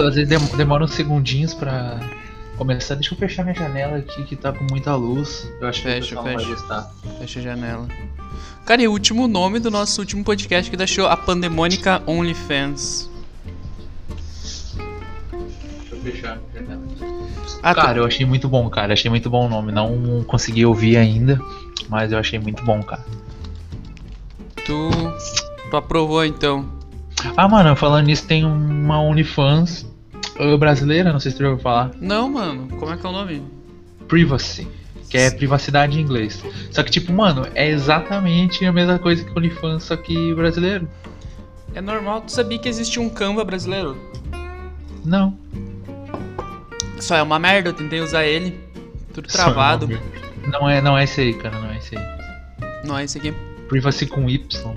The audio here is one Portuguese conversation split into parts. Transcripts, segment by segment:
às vezes demora uns segundinhos pra começar. Deixa eu fechar minha janela aqui que tá com muita luz. Eu acho que o pessoal não vai gostar. Fecha a janela. Cara, e o último nome do nosso último podcast que deixou a Pandemônica OnlyFans. Deixa eu fechar minha janela. Cara, eu achei muito bom, cara. Achei muito bom o nome. Não consegui ouvir ainda, mas eu achei muito bom, cara. Tu aprovou então? Ah, mano, falando nisso, tem uma OnlyFans brasileira, não sei se tu já ouviu falar. Não, mano. Como é que é o nome? Privacy, que é privacidade em inglês. Só que, tipo, mano, é exatamente a mesma coisa que o OnlyFans, só que brasileiro. É normal. Tu sabia que existe um Canva brasileiro? Não. Só é uma merda, eu tentei usar ele. Tudo travado. Não é esse aí, cara, não é esse aí. Não é esse aqui. Privacy com Y.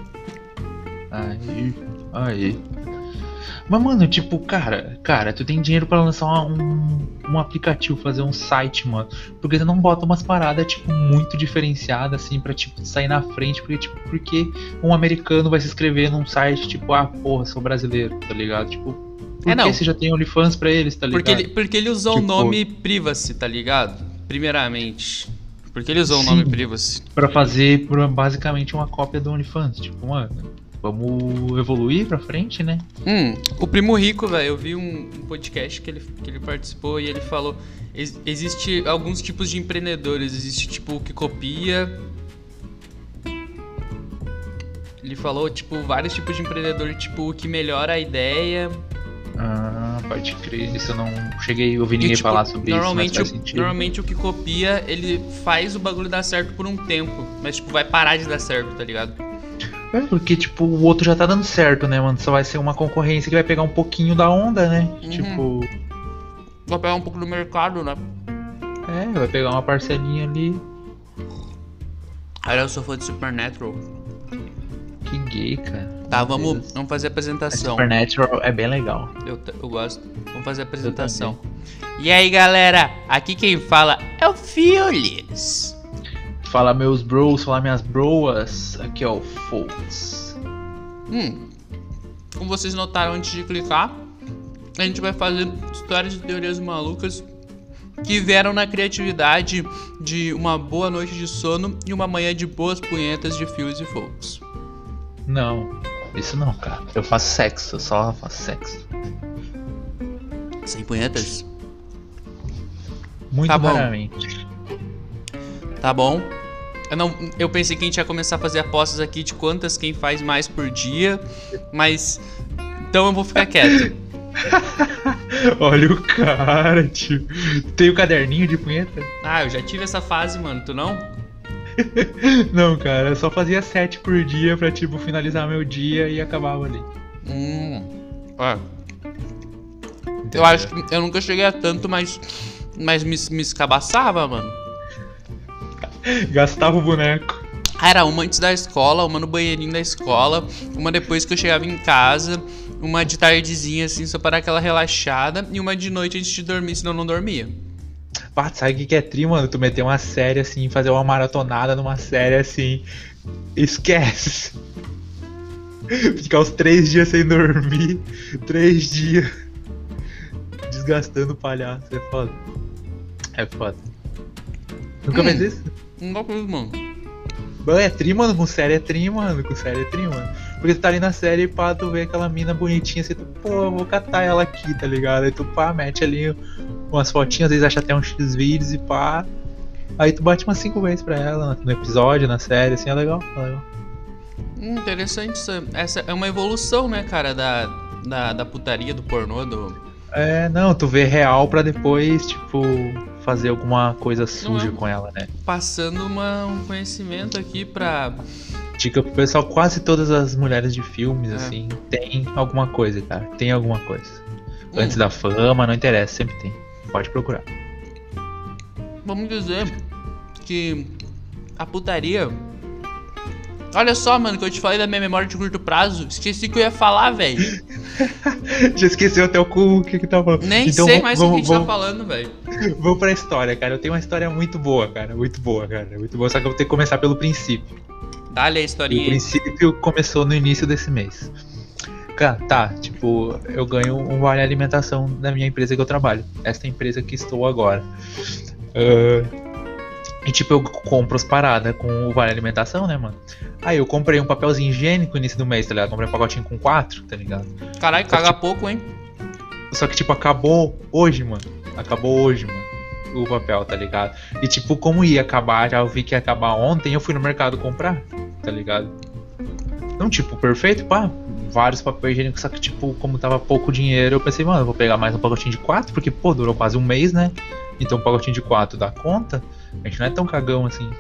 Aí. Mas, mano, tipo, cara, tu tem dinheiro pra lançar um aplicativo, fazer um site, mano. Porque tu não bota umas paradas, tipo, muito diferenciadas, assim, pra, tipo, sair na frente. Porque um americano vai se inscrever num site, tipo, porra, sou brasileiro, tá ligado? Tipo, por que você já tem OnlyFans pra eles, tá ligado? Porque ele usou o nome Privacy, tá ligado? Primeiramente. Porque ele usou o nome Privacy. Pra fazer basicamente uma cópia do OnlyFans. Tipo, mano, vamos evoluir pra frente, né? O Primo Rico, velho, eu vi um podcast que ele participou e ele falou: existe alguns tipos de empreendedores. Existe tipo o que copia. Ele falou, tipo, vários tipos de empreendedor, tipo, o que melhora a ideia. Pode crer, isso eu não cheguei a ouvir ninguém falar sobre isso, mas faz sentido. Normalmente o que copia, ele faz o bagulho dar certo por um tempo, mas tipo, vai parar de dar certo, tá ligado? É, porque tipo, o outro já tá dando certo, né, mano? Só vai ser uma concorrência que vai pegar um pouquinho da onda, né? Tipo... Vai pegar um pouco do mercado, né? Vai pegar uma parcelinha ali. Olha, eu sou fã de Supernatural. Que gay, cara. Tá, vamos fazer a apresentação. Supernatural é bem legal. Eu gosto. Vamos fazer a apresentação. E aí, galera? Aqui quem fala é o Fiolis. Fala meus bros, fala minhas broas. Aqui é o Folks. Como vocês notaram antes de clicar, a gente vai fazer histórias e teorias malucas que vieram na criatividade de uma boa noite de sono e uma manhã de boas punhetas de Fiolis e Folks. Não, isso não, cara. Eu faço sexo, eu só faço sexo. Sem punhetas? Muito raramente. Tá bom. Eu pensei que a gente ia começar a fazer apostas aqui de quem faz mais por dia, mas... Então eu vou ficar quieto. Olha o cara, tio. Tem o caderninho de punheta? Eu já tive essa fase, mano. Tu não? Não, cara, eu só fazia 7 por dia pra, tipo, finalizar meu dia e acabava ali. Eu acho que eu nunca cheguei a tanto, mas me escabaçava, mano. Gastava o boneco. Era uma antes da escola, uma no banheirinho da escola, uma depois que eu chegava em casa, uma de tardezinha, assim, só para dar aquela relaxada, e uma de noite antes de dormir, senão eu não dormia. Sabe o que é tri, mano? Tu meter uma série assim, fazer uma maratonada numa série assim. Esquece. Ficar uns 3 dias sem dormir. 3 dias. Desgastando o palhaço. É foda. É foda. Nunca fez isso? Nunca fiz, mano. É tri, mano. Com série é tri, mano. Porque tu tá ali na série e pá, tu vê aquela mina bonitinha assim, tu, pô, vou catar ela aqui, tá ligado? Aí tu pá, mete ali umas fotinhas, às vezes acha até uns X-vídeos e pá. Aí tu bate umas 5 vezes pra ela no episódio, na série, assim, é legal. Interessante isso. Essa é uma evolução, né, cara, da putaria, do pornô, não, tu vê real pra depois, tipo, fazer alguma coisa suja com ela, né? Passando um conhecimento aqui pra... Dica pro pessoal, quase todas as mulheres de filmes, assim, tem alguma coisa, cara. Tem alguma coisa. Antes da fama, não interessa, sempre tem. Pode procurar. Vamos dizer que a putaria... Olha só, mano, que eu te falei da minha memória de curto prazo. Esqueci que eu ia falar, velho. Já esqueceu até o que tava falando. Nem então, sei mais o que a gente tá falando, velho. Vamos pra história, cara. Eu tenho uma história muito boa, cara. Muito boa, só que eu vou ter que começar pelo princípio. Dá-lhe a historinha. O princípio começou no início desse mês. Tá, tipo, eu ganho um vale alimentação da minha empresa que eu trabalho. Esta empresa que estou agora. E tipo, eu compro as paradas com o vale alimentação, né, mano? Aí eu comprei um papelzinho higiênico no início do mês, tá ligado? Comprei um pacotinho com 4, tá ligado? Caralho, caga pouco, hein? Só que, tipo, acabou hoje, mano. O papel, tá ligado? E, tipo, como ia acabar, já vi que ia acabar ontem, eu fui no mercado comprar, tá ligado? Então, tipo, perfeito, pá. Vários papéis higiênicos, só que, tipo, como tava pouco dinheiro, eu pensei, mano, eu vou pegar mais um pacotinho de 4, porque, pô, durou quase um mês, né? Então, um pacotinho de 4 dá conta. A gente não é tão cagão assim.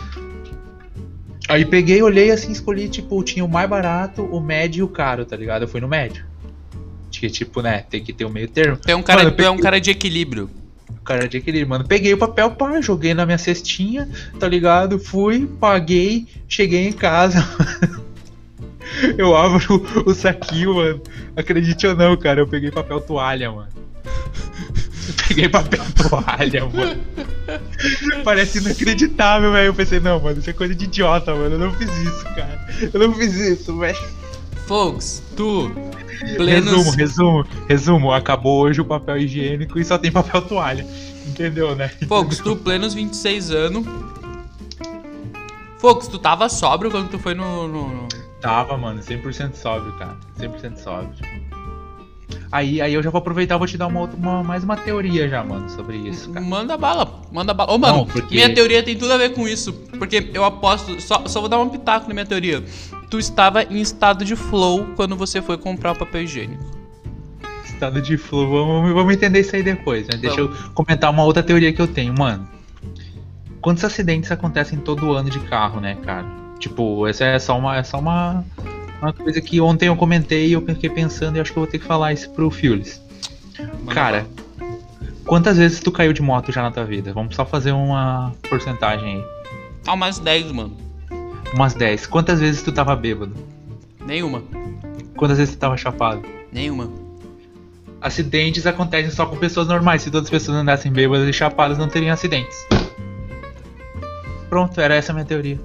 Aí peguei, olhei assim, escolhi, tipo, tinha o mais barato, o médio e o caro, tá ligado? Eu fui no médio. Que, tipo, né, tem que ter o meio termo. Tu é um cara, mano, é um cara de equilíbrio. Cara de equilíbrio, mano. Peguei o papel, pá, joguei na minha cestinha, tá ligado? Fui, paguei, cheguei em casa. Eu abro o saquinho, mano. Acredite ou não, cara, eu peguei papel toalha, mano. Peguei papel toalha, mano. Parece inacreditável, velho. Eu pensei, não, mano, isso é coisa de idiota, mano. Eu não fiz isso, cara. Eu não fiz isso, velho. Folks, tu... Plenos... Resumo. Acabou hoje o papel higiênico e só tem papel toalha. Entendeu, né? Folks, tu plenos 26 anos. Folks, tu tava sóbrio quando tu foi no... Tava, mano. 100% sóbrio, cara. 100% sóbrio. Aí eu já vou aproveitar e vou te dar mais uma teoria já, mano, sobre isso, cara. Manda bala. Ô, mano, não, porque... minha teoria tem tudo a ver com isso. Porque eu aposto... Só vou dar um pitaco na minha teoria. Tu estava em estado de flow quando você foi comprar o papel higiênico. Estado de flow, vamos entender isso aí depois, né? Deixa eu comentar uma outra teoria que eu tenho, mano. Quantos acidentes acontecem todo ano de carro, né, cara? Tipo, essa é só uma coisa que ontem eu comentei e eu fiquei pensando e acho que eu vou ter que falar isso pro Fiulis. Cara, quantas vezes tu caiu de moto já na tua vida? Vamos só fazer uma porcentagem aí. Umas 10, mano. Umas 10. Quantas vezes tu tava bêbado? Nenhuma. Quantas vezes tu tava chapado? Nenhuma. Acidentes acontecem só com pessoas normais. Se todas as pessoas andassem bêbadas e chapadas, não teriam acidentes. Pronto, era essa a minha teoria.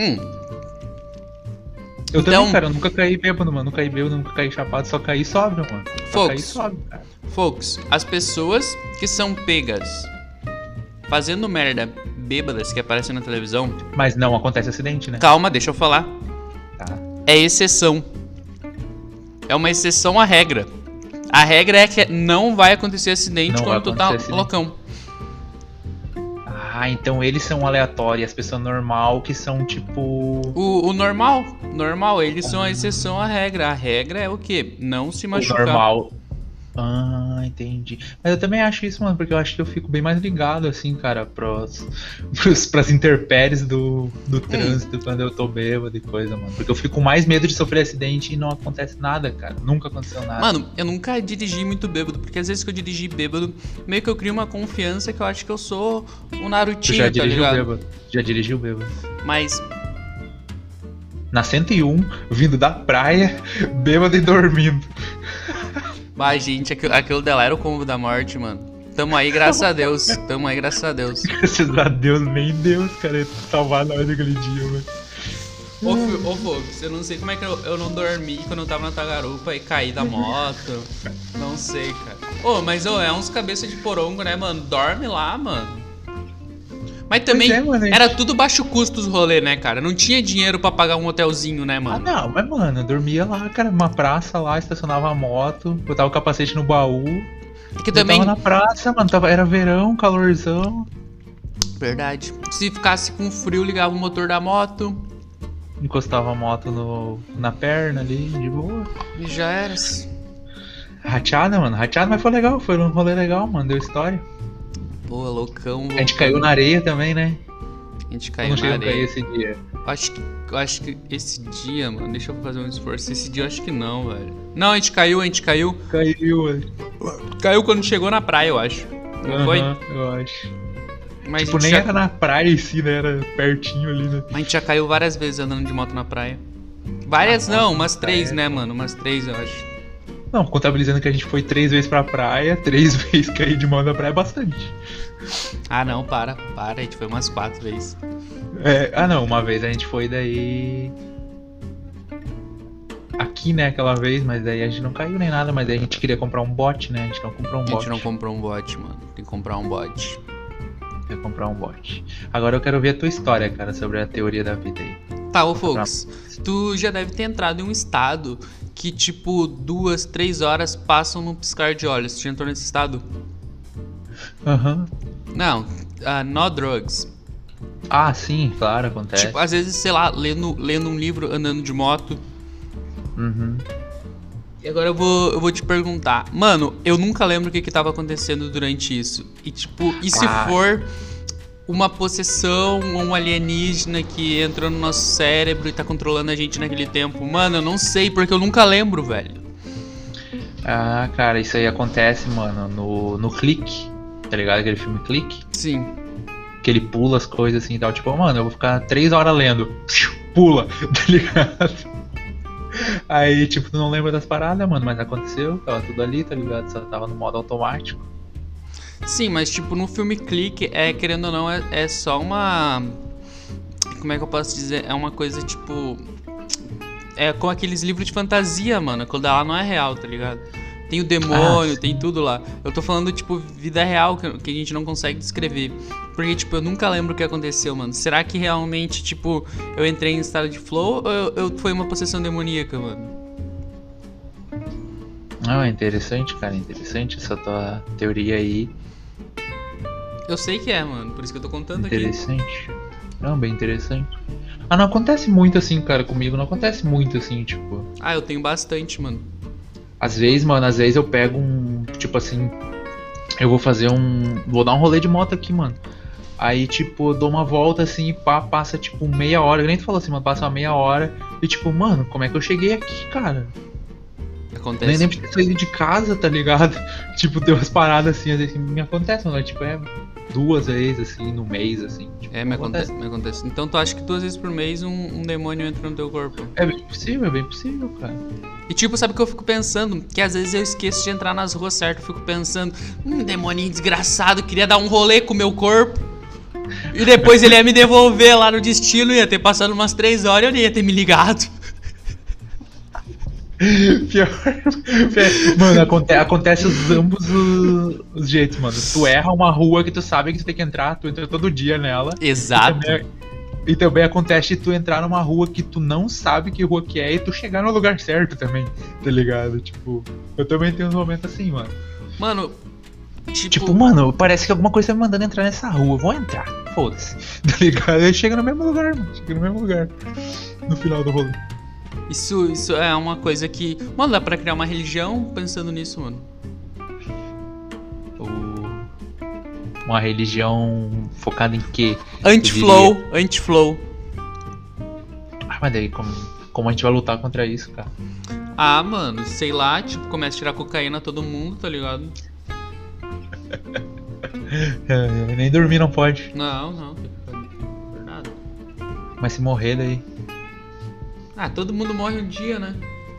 Eu também, cara, eu nunca caí bêbado, mano. Nunca caí bêbado, nunca caí chapado, só caí sóbrio, mano. Folks, as pessoas que são pegas fazendo merda bêbadas que aparecem na televisão... Mas não acontece acidente, né? Calma, deixa eu falar. Tá. É exceção. É uma exceção à regra. A regra é que não vai acontecer acidente quando tu tá loucão. Ah, então eles são aleatórios, as pessoas normal que são tipo... O normal, eles são a exceção à regra. A regra é o quê? Não se machucar. O normal... Ah, entendi. Mas eu também acho isso, mano, porque eu acho que eu fico bem mais ligado, assim, cara, pras intempéries do trânsito quando eu tô bêbado e coisa, mano. Porque eu fico com mais medo de sofrer acidente e não acontece nada, cara. Nunca aconteceu nada. Mano, eu nunca dirigi muito bêbado, porque às vezes que eu dirigi bêbado, meio que eu crio uma confiança que eu acho que eu sou o Narutinho, tá ligado? Bêbado. Já dirigiu bêbado. Mas... Na 101, vindo da praia, bêbado e dormindo. Bah, gente, aquilo dela era o combo da morte, mano. Tamo aí, graças a Deus. Graças a Deus, nem Deus, cara, ia salvar nós naquele dia, mano. Ô, Fox, eu não sei como é que eu não dormi quando eu tava na tua garupa e caí da moto. Não sei, cara. Mas é uns cabeça de porongo, né, mano? Dorme lá, mano. Mas também mano, era tudo baixo custo os rolê, né, cara? Não tinha dinheiro pra pagar um hotelzinho, né, mano? Ah, não, mas, mano, eu dormia lá, cara, numa praça lá, estacionava a moto, botava o capacete no baú. Que também... Tava na praça, mano, era verão, calorzão. Verdade. Se ficasse com frio, ligava o motor da moto. Encostava a moto na perna ali, de boa. E já era. Rateada, mano, mas foi legal, foi um rolê legal, mano, deu história. Pô, loucão. A gente caiu na areia também, né? A gente caiu na areia. Esse dia. Eu acho que esse dia, mano, deixa eu fazer um esforço. Esse dia eu acho que não, velho. Não, a gente caiu. Caiu, velho. Caiu quando chegou na praia, eu acho. Não foi? Eu acho. Mas tipo, nem era na praia em si, né? Era pertinho ali, né? Mas a gente já caiu várias vezes andando de moto na praia. Várias não, umas 3, né, mano? Umas 3, eu acho. Não, contabilizando que a gente foi 3 vezes pra praia, 3 vezes cair de moto na praia é bastante. Ah, não, para. A gente foi umas 4 vezes. Não, uma vez a gente foi daí... aqui, né, aquela vez, mas daí a gente não caiu nem nada, mas daí a gente queria comprar um bot, né? A gente não comprou um A bot. gente não comprou um bot, mano. Tem que comprar um bot. Queria comprar um bot. Agora eu quero ver a tua história, cara, sobre a teoria da vida aí. Tá, ô Fox, tu já deve ter entrado em um estado que, tipo, 2, 3 horas passam num piscar de olhos. Tu já entrou nesse estado? Aham. Não, no drugs. Ah, sim, claro, acontece. Tipo, às vezes, sei lá, lendo um livro, andando de moto. Uhum. E agora eu vou te perguntar. Mano, eu nunca lembro o que tava acontecendo durante isso. E tipo, e se for uma possessão ou um alienígena que entrou no nosso cérebro e tá controlando a gente naquele tempo? Mano, eu não sei, porque eu nunca lembro, velho. Ah, cara, isso aí acontece, mano, no Clique, tá ligado? Aquele filme Clique? Sim. Que ele pula as coisas assim e tal. Tipo, mano, eu vou ficar 3 horas lendo. Pula, tá ligado? Aí, tipo, tu não lembra das paradas, mano, mas aconteceu, tava tudo ali, tá ligado? Só tava no modo automático. Sim, mas tipo, no filme Clique, querendo ou não, é só uma... Como é que eu posso dizer? É uma coisa, tipo... É com aqueles livros de fantasia, mano. Quando ela não é real, tá ligado? Tem o demônio, tem tudo lá. Eu tô falando, tipo, vida real, que a gente não consegue descrever. Porque, tipo, eu nunca lembro o que aconteceu, mano. Será que realmente, tipo, eu entrei em estado de flow ou foi uma possessão demoníaca, mano? Ah, é interessante, cara, interessante essa tua teoria aí. Eu sei que é, mano. Por isso que eu tô contando aqui. Interessante. Não, bem interessante. Ah, não acontece muito assim, cara, comigo. Não acontece muito assim, tipo... Ah, eu tenho bastante, mano. Às vezes, mano, às vezes eu pego um... Tipo assim... Eu vou fazer um... Vou dar um rolê de moto aqui, mano. Aí, tipo, eu dou uma volta assim e pá, passa tipo meia hora. Eu nem tu falou assim, mano, passa uma meia hora. E tipo, mano, como é que eu cheguei aqui, cara? Acontece. Nem lembro de ter saído de casa, tá ligado? Tipo, tem umas paradas assim, às vezes me acontece, mano. Tipo, 2 vezes, assim, no mês, assim. Tipo, Me acontece. Então tu acha que 2 vezes por mês um demônio entra no teu corpo? É bem possível, cara. E tipo, sabe o que eu fico pensando? Que às vezes eu esqueço de entrar nas ruas certas. Eu fico pensando, demoninho desgraçado, queria dar um rolê com o meu corpo. E depois ele ia me devolver lá no destino, ia ter passado umas 3 horas e eu nem ia ter me ligado. Pior. Mano, acontece ambos os jeitos, mano. Tu erra uma rua que tu sabe que tu tem que entrar, tu entra todo dia nela. Exato. E também acontece tu entrar numa rua que tu não sabe que rua que é e tu chegar no lugar certo também, tá ligado? Tipo, eu também tenho uns momentos assim, mano. Mano, tipo, mano, parece que alguma coisa tá me mandando entrar nessa rua, vou entrar, foda-se, tá ligado? Aí chega no mesmo lugar, mano, no final do rolê. Isso é uma coisa que... Mano, dá pra criar uma religião pensando nisso, mano. Uma religião focada em quê? Anti-flow. Ah, mas daí como a gente vai lutar contra isso, cara? Ah, mano, sei lá, tipo, começa a tirar cocaína a todo mundo, tá ligado? Nem dormir não pode. Não, por nada. Mas se morrer daí... Ah, todo mundo morre um dia, né?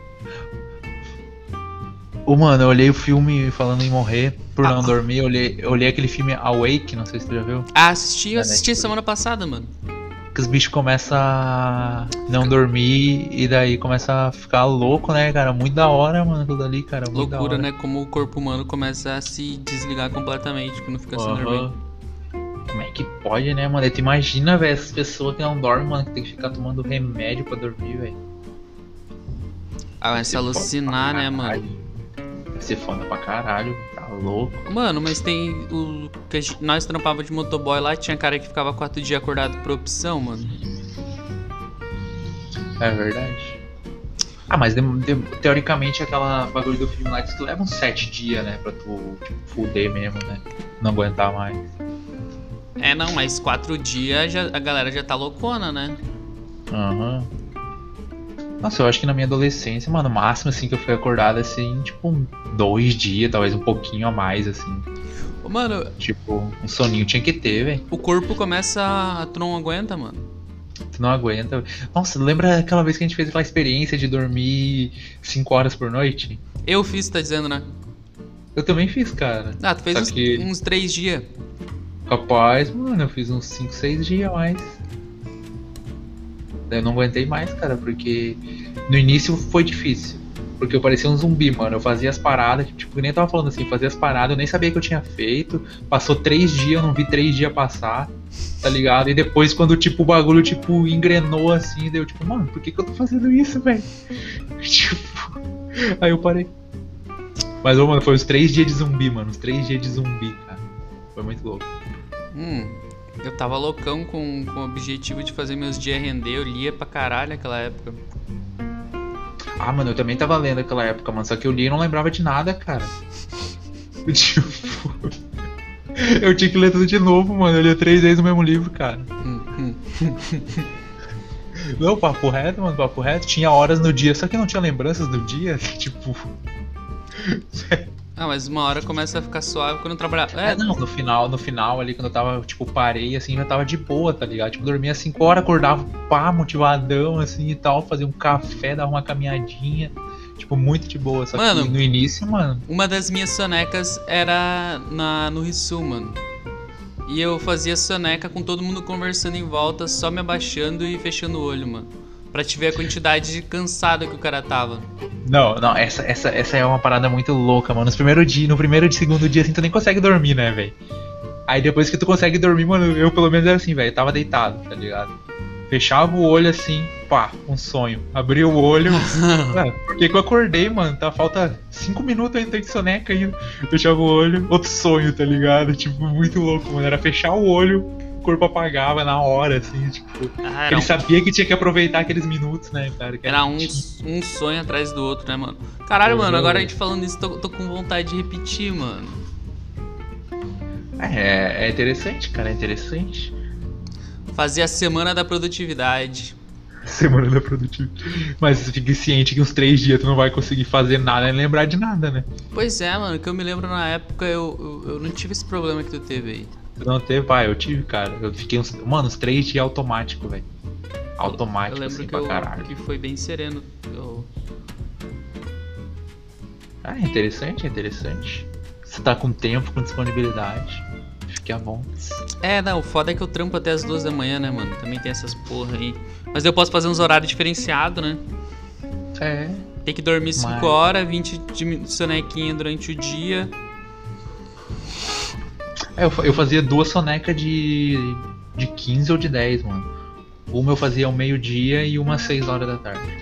Mano, eu olhei o filme falando em morrer por não dormir. Eu olhei aquele filme Awake, não sei se tu já viu. Ah, eu assisti semana passada, mano. Que os bichos começam a não dormir e daí começa a ficar louco, né, cara? Muito da hora, mano, tudo ali, cara. Muito Loucura, da hora. né? Como o corpo humano começa a se desligar completamente quando fica sem dormir. Como é que pode, né, mano? Tu imagina, velho, essas pessoas que não dormem, mano, que tem que ficar tomando remédio pra dormir, velho. Ah, vai se alucinar, né, mano? Deve ser foda pra caralho, tá louco. Mano, mas tem o que nós trampava de motoboy lá, tinha cara que ficava 4 dias acordado por opção, mano. É verdade. Ah, mas teoricamente aquela bagulho do filme lá que tu leva uns 7 dias, né, pra tu, tipo, fuder mesmo, né? Não aguentar mais. Não, mas 4 dias a galera já tá loucona, né? Aham. Nossa, eu acho que na minha adolescência, mano, o máximo assim que eu fui acordado assim, tipo, 2 dias, talvez um pouquinho a mais, assim. Mano, tipo, um soninho tinha que ter, velho. O corpo começa. Tu não aguenta, mano. Tu não aguenta. Nossa, lembra aquela vez que a gente fez aquela experiência de dormir 5 horas por noite? Eu fiz, tá dizendo, né? Eu também fiz, cara. Ah, tu fez uns 3 dias. Capaz, mano, eu fiz uns 5, 6 dias a mais. Eu não aguentei mais, cara, porque No início foi difícil. Porque eu parecia um zumbi, mano. Eu fazia as paradas, tipo, nem tava falando assim, fazia as paradas, eu nem sabia que eu tinha feito. Passou 3 dias, eu não vi 3 dias passar, tá ligado? E depois, quando, tipo, o bagulho, tipo, engrenou assim, deu tipo, mano, por que eu tô fazendo isso, velho? Tipo. Aí eu parei. Mas, mano, foi os 3 dias de zumbi, mano. Os 3 dias de zumbi, cara. Foi muito louco. Eu tava loucão com o objetivo de fazer meus dias render. Eu lia pra caralho naquela época. Ah, mano, eu também tava lendo naquela época, mano. Só que eu li e não lembrava de nada, cara. Tipo. Eu tinha que ler tudo de novo, mano. Eu li 3 vezes o mesmo livro, cara. Não, papo reto, mano, papo reto. Tinha horas no dia, só que não tinha lembranças do dia. Tipo. Ah, mas uma hora começa a ficar suave quando eu trabalhava. Não, no final ali, quando eu tava, tipo, parei, assim, já tava de boa, tá ligado? Tipo, dormia 5 horas, acordava, pá, motivadão, assim, e tal, fazia um café, dava uma caminhadinha, tipo, muito de boa, só mano, que no início, mano... Uma das minhas sonecas era no Rissul, mano. E eu fazia soneca com todo mundo conversando em volta, só me abaixando e fechando o olho, mano. Pra te ver a quantidade de cansado que o cara tava. Não, essa é uma parada muito louca, mano. No primeiro e segundo dia, assim, tu nem consegue dormir, né, velho? Aí depois que tu consegue dormir, mano, eu pelo menos era assim, velho, tava deitado, tá ligado? Fechava o olho assim, pá, um sonho. Abri o olho. Por que eu acordei, mano? Tá, falta 5 minutos ainda de soneca ainda. Fechava o olho, outro sonho, tá ligado? Tipo, muito louco, mano. Era fechar o olho, o corpo apagava na hora, assim, tipo. Ele sabia que tinha que aproveitar aqueles minutos, né, cara? Era um sonho atrás do outro, né, mano? Caralho, mano, agora a gente falando isso, tô com vontade de repetir, mano. É interessante, cara, é interessante. Fazer a semana da produtividade. Semana da produtividade. Mas fique ciente que uns 3 dias tu não vai conseguir fazer nada nem lembrar de nada, né? Pois é, mano, que eu me lembro na época eu não tive esse problema que tu teve aí. Não teve, pai, eu tive, cara. Eu fiquei uns 3 dias automático, velho. Automático, eu lembro assim, que pra caralho. Que foi bem sereno. É interessante, é interessante. Você tá com tempo, com disponibilidade. Fique à vontade. Não, o foda é que eu trampo até as 2 da manhã, né, mano? Também tem essas porra aí. Mas eu posso fazer uns horários diferenciados, né? Tem que dormir 5 horas, 20 de sonequinha durante o dia. Eu fazia 2 sonecas de 15 ou de 10, mano. Uma eu fazia ao meio-dia e uma às 6 horas da tarde.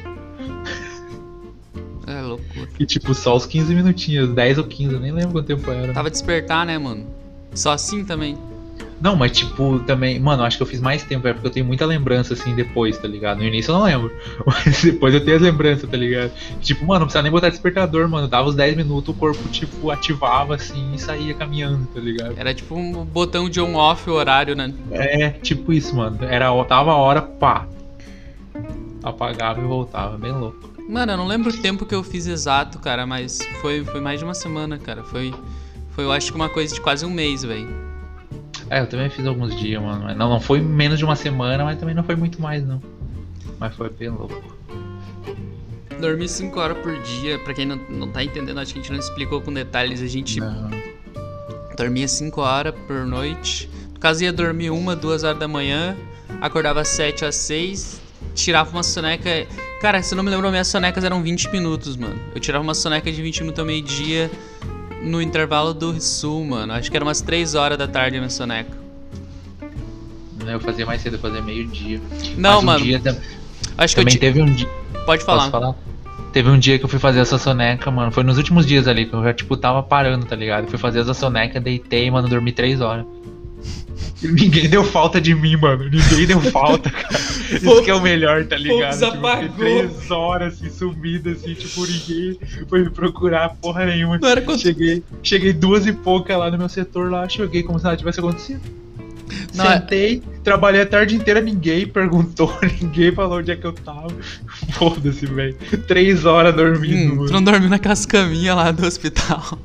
É loucura. E tipo, só os 15 minutinhos, 10 ou 15, eu nem lembro quanto tempo era. Tava despertar, né, mano? Só assim também. Não, mas tipo, também, mano, acho que eu fiz mais tempo, porque eu tenho muita lembrança, assim, depois, tá ligado? No início eu não lembro, mas depois eu tenho as lembranças, tá ligado? Tipo, mano, não precisava nem botar despertador, mano, dava os 10 minutos, o corpo, tipo, ativava, assim, e saía caminhando, tá ligado? Era tipo um botão de on-off o horário, né? Tipo isso, mano, tava a hora, pá, apagava e voltava, bem louco. Mano, eu não lembro o tempo que eu fiz exato, cara, mas foi mais de uma semana, cara, foi eu acho que uma coisa de quase um mês, velho. Eu também fiz alguns dias, mano. Não foi menos de uma semana, mas também não foi muito mais, não. Mas foi bem louco. Dormir 5 horas por dia, pra quem não tá entendendo, acho que a gente não explicou com detalhes. A gente dormia 5 horas por noite. No caso, ia dormir 1, 2 horas da manhã, acordava às 7 às 6, tirava uma soneca. Cara, se eu não me lembro, minhas sonecas eram 20 minutos, mano. Eu tirava uma soneca de 20 minutos ao meio-dia. No intervalo do Sul, mano. Acho que era umas 3 horas da tarde a minha soneca. Eu fazia mais cedo, eu fazia meio-dia. Não, mas mano. Acho que teve um dia. Pode falar. Posso falar? Teve um dia que eu fui fazer essa soneca, mano. Foi nos últimos dias ali, que eu já, tipo, tava parando, tá ligado? Eu fui fazer essa soneca, deitei, mano, dormi 3 horas. E ninguém deu falta de mim, mano. Ninguém deu falta, cara. Isso que é o melhor, tá ligado? Tipo, 3 horas, assim, sumida, assim, tipo, ninguém foi me procurar porra nenhuma. Não era quando... Cheguei 2 e pouca lá no meu setor lá, cheguei como se nada tivesse acontecido. Sentei, trabalhei a tarde inteira, ninguém perguntou, ninguém falou onde é que eu tava. Foda-se, velho. 3 horas dormindo, mano. Tu não dormiu naquelas caminhas lá do hospital.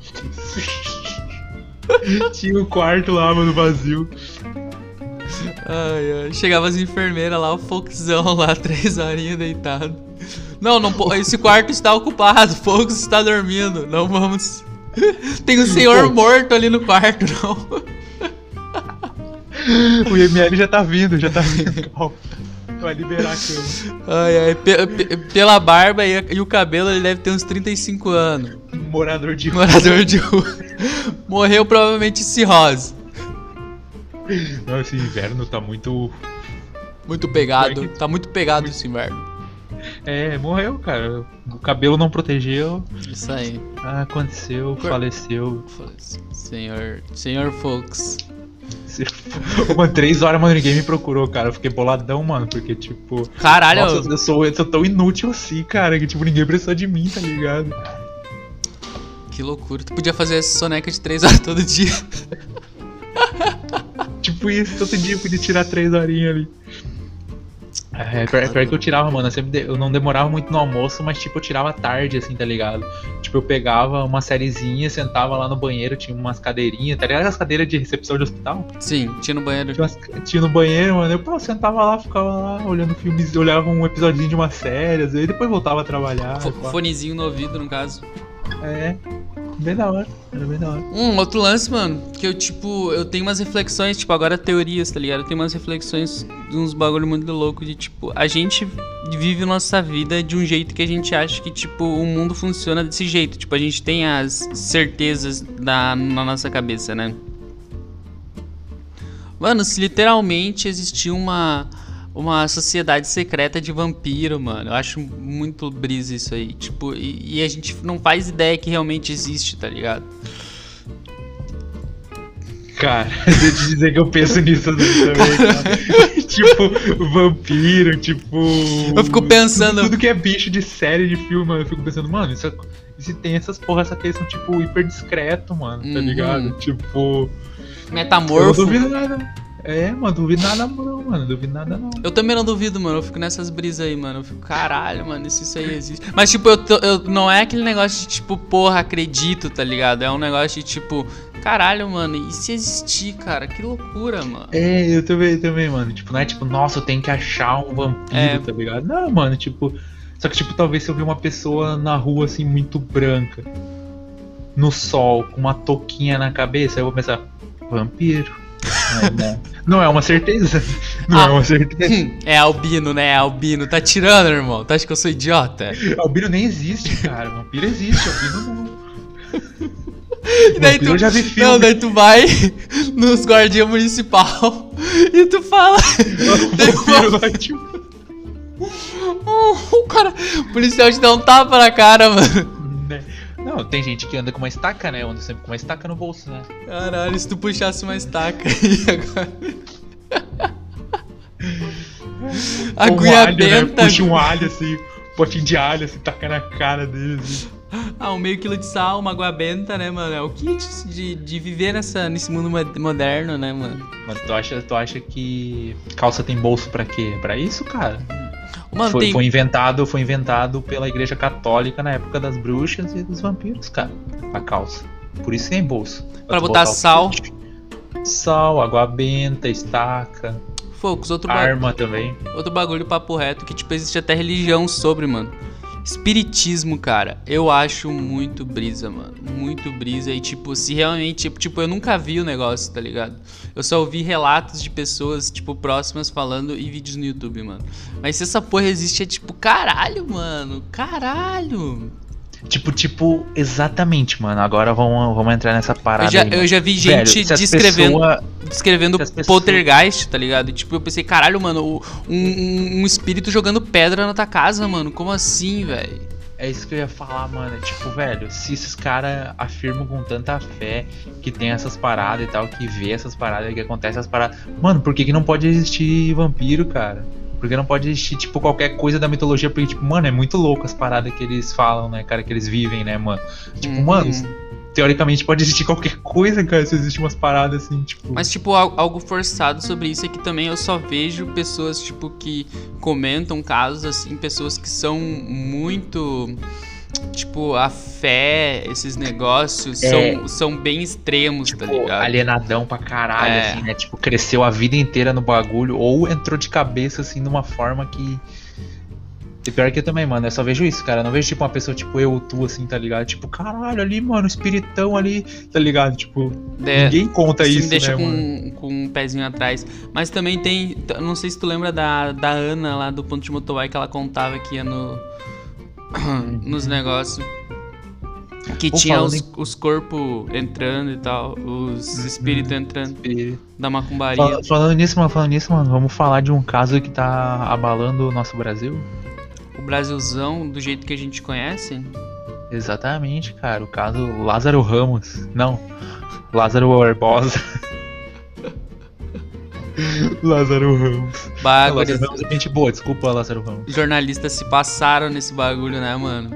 Tinha um quarto lá, mano, vazio. Ai. Chegava as enfermeiras lá, o folkzão lá, 3 horinhas deitado. Não, esse quarto está ocupado, Fox está dormindo, não vamos... Tem um senhor morto ali no quarto, não. O IML já tá vindo, calma. Vai liberar a cama. Ai, pela barba e o cabelo, ele deve ter uns 35 anos. Morador de rua. Morador de rua. Morreu provavelmente cirrose. Não, esse inverno tá muito... Muito pegado. Tá muito pegado esse inverno. Morreu, cara. O cabelo não protegeu. Isso aí. Aconteceu, faleceu. Senhor Fox. Mano, 3 horas, mano, ninguém me procurou, cara. Eu fiquei boladão, mano, porque, tipo... Caralho! Nossa, eu sou tão inútil assim, cara, que, tipo, ninguém precisou de mim, tá ligado? Que loucura. Tu podia fazer essa soneca de 3 horas todo dia. Tipo isso, todo dia eu podia tirar 3 horinhas ali. Pior que eu tirava, mano. Eu não demorava muito no almoço, mas tipo, eu tirava tarde, assim, tá ligado? Tipo, eu pegava uma sériezinha, sentava lá no banheiro, tinha umas cadeirinhas, tá ligado? As cadeiras de recepção de hospital? Sim, tinha no banheiro. Tinha no banheiro, mano. Eu sentava lá, ficava lá, olhando filmes, olhava um episódiozinho de uma série, às vezes, depois voltava a trabalhar. Fonezinho no ouvido, no caso. Bem da hora, era bem da hora. Outro lance, mano, que eu tenho umas reflexões, tipo, agora teorias, tá ligado? Eu tenho umas reflexões de uns bagulho muito louco de, tipo, a gente vive nossa vida de um jeito que a gente acha que, tipo, o mundo funciona desse jeito. Tipo, a gente tem as certezas na nossa cabeça, né? Mano, se literalmente existir uma sociedade secreta de vampiro, mano. Eu acho muito brisa isso aí. Tipo, e a gente não faz ideia que realmente existe, tá ligado? Cara, deixa eu te dizer que eu penso nisso também, cara. Tipo, vampiro, tipo... Eu fico pensando... Tudo que é bicho de série, de filme, mano, eu fico pensando, mano, se tem essas porra, essa que são, tipo, hiper discreto, mano, tá ligado? Tipo... Metamorfo. Eu não duvido nada. Mano, duvido nada não, mano. Duvido nada não. Eu também não duvido, mano. Eu fico nessas brisas aí, mano. Eu fico, caralho, mano, se isso aí existe. Mas, tipo, eu não é aquele negócio de, tipo, porra, acredito, tá ligado? É um negócio de, tipo, caralho, mano, e se existir, cara? Que loucura, mano. Eu também, mano. Tipo, não é tipo, nossa, eu tenho que achar um vampiro, tá ligado? Não, mano, tipo... Só que, tipo, talvez se eu ver uma pessoa na rua, assim, muito branca, no sol, com uma touquinha na cabeça, eu vou pensar, vampiro. Não é uma certeza. Não é uma certeza. É albino, né? É albino. Tá tirando, irmão. Tu acha que eu sou idiota? Albino nem existe, cara. Vampiro existe, albino não. E daí eu já vi filme. Não, daí tu vai nos guardiã municipal e tu fala. Vampiro vai, tipo... O cara, o policial te dá um tapa na cara, mano. Não, tem gente que anda com uma estaca, né? Eu ando sempre com uma estaca no bolso, né? Caralho, se tu puxasse uma estaca aí agora. Agulha benta. Né? Puxa um alho assim, um potinho de alho assim, taca na cara dele assim. Meio quilo de sal, uma água benta, né, mano? É o kit de viver nesse mundo moderno, né, mano? Mas tu acha que calça tem bolso pra quê? Pra isso, cara? Mano, foi inventado pela Igreja Católica na época das bruxas e dos vampiros, cara. A calça. Por isso tem bolso. Pra botar sal. Sal, água benta, estaca. Focus, arma também. Outro bagulho papo reto que, tipo, existe até religião sobre, mano. Espiritismo, cara, eu acho muito brisa, mano. Muito brisa. E, tipo, se realmente... Tipo, eu nunca vi o negócio, tá ligado? Eu só ouvi relatos de pessoas, tipo, próximas falando e vídeos no YouTube, mano. Mas se essa porra existe, é tipo, caralho, mano. Caralho. Tipo, exatamente, mano. Agora vamos entrar nessa parada eu já vi gente descrevendo poltergeist, tá ligado? E, tipo, eu pensei, caralho, mano, um espírito jogando pedra na tua casa, mano. Como assim, velho? É isso que eu ia falar, mano. Tipo, velho, se esses caras afirmam com tanta fé que tem essas paradas e tal, que vê essas paradas, que acontece essas paradas. Mano, por que não pode existir vampiro, cara? Porque não pode existir, tipo, qualquer coisa da mitologia. Porque, tipo, mano, é muito louco as paradas que eles falam, né, cara? Que eles vivem, né, mano? Tipo, mano, teoricamente pode existir qualquer coisa, cara, se existe umas paradas assim, tipo... Mas, tipo, algo forçado sobre isso é que também eu só vejo pessoas, tipo, que comentam casos, assim, pessoas que são muito... Tipo, a fé, esses negócios são bem extremos, tipo, tá ligado? Alienadão pra caralho, assim, né? Tipo, cresceu a vida inteira no bagulho ou entrou de cabeça, assim, de uma forma que E pior que eu também, mano, eu só vejo isso, cara. Eu não vejo, tipo, uma pessoa, tipo, eu ou tu, assim, tá ligado? Tipo, caralho, ali, mano, espiritão ali, tá ligado? Tipo, ninguém conta isso isso, me deixa né, mano? com um pezinho atrás. Mas também tem, não sei se tu lembra da Ana lá do Ponto de Motoboy, que ela contava que ia nos negócios. Que tinha os corpos entrando e tal, os espíritos entrando da macumbaria. Falando nisso, mano, vamos falar de um caso que tá abalando o nosso Brasil? O Brasilzão, do jeito que a gente conhece? Exatamente, cara. O caso Lázaro Ramos. Não, Lázaro Barbosa. Lázaro Ramos. Lázaro Ramos é gente boa, desculpa, Lázaro Ramos. Jornalistas se passaram nesse bagulho, né, mano?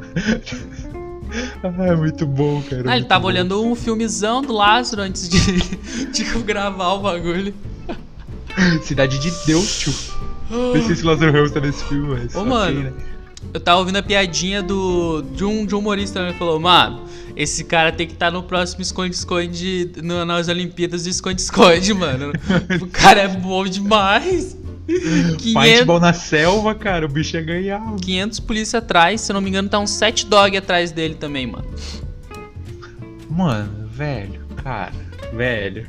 É muito bom, cara. Ele tava olhando um filmezão do Lázaro antes de gravar o bagulho. Cidade de Deus, tio. Não sei se o Lázaro Ramos tá nesse filme, mas. Ô, mano, né? Eu tava ouvindo a piadinha de um humorista, né? Ele falou, mano, esse cara tem que estar no próximo esconde-esconde nas Olimpíadas de esconde-esconde, mano. O cara é bom demais. Paintball na selva, cara, o bicho ia ganhar. 500 polícia atrás, se eu não me engano, tá uns 7 dog atrás dele também, mano. Mano, velho, cara, velho.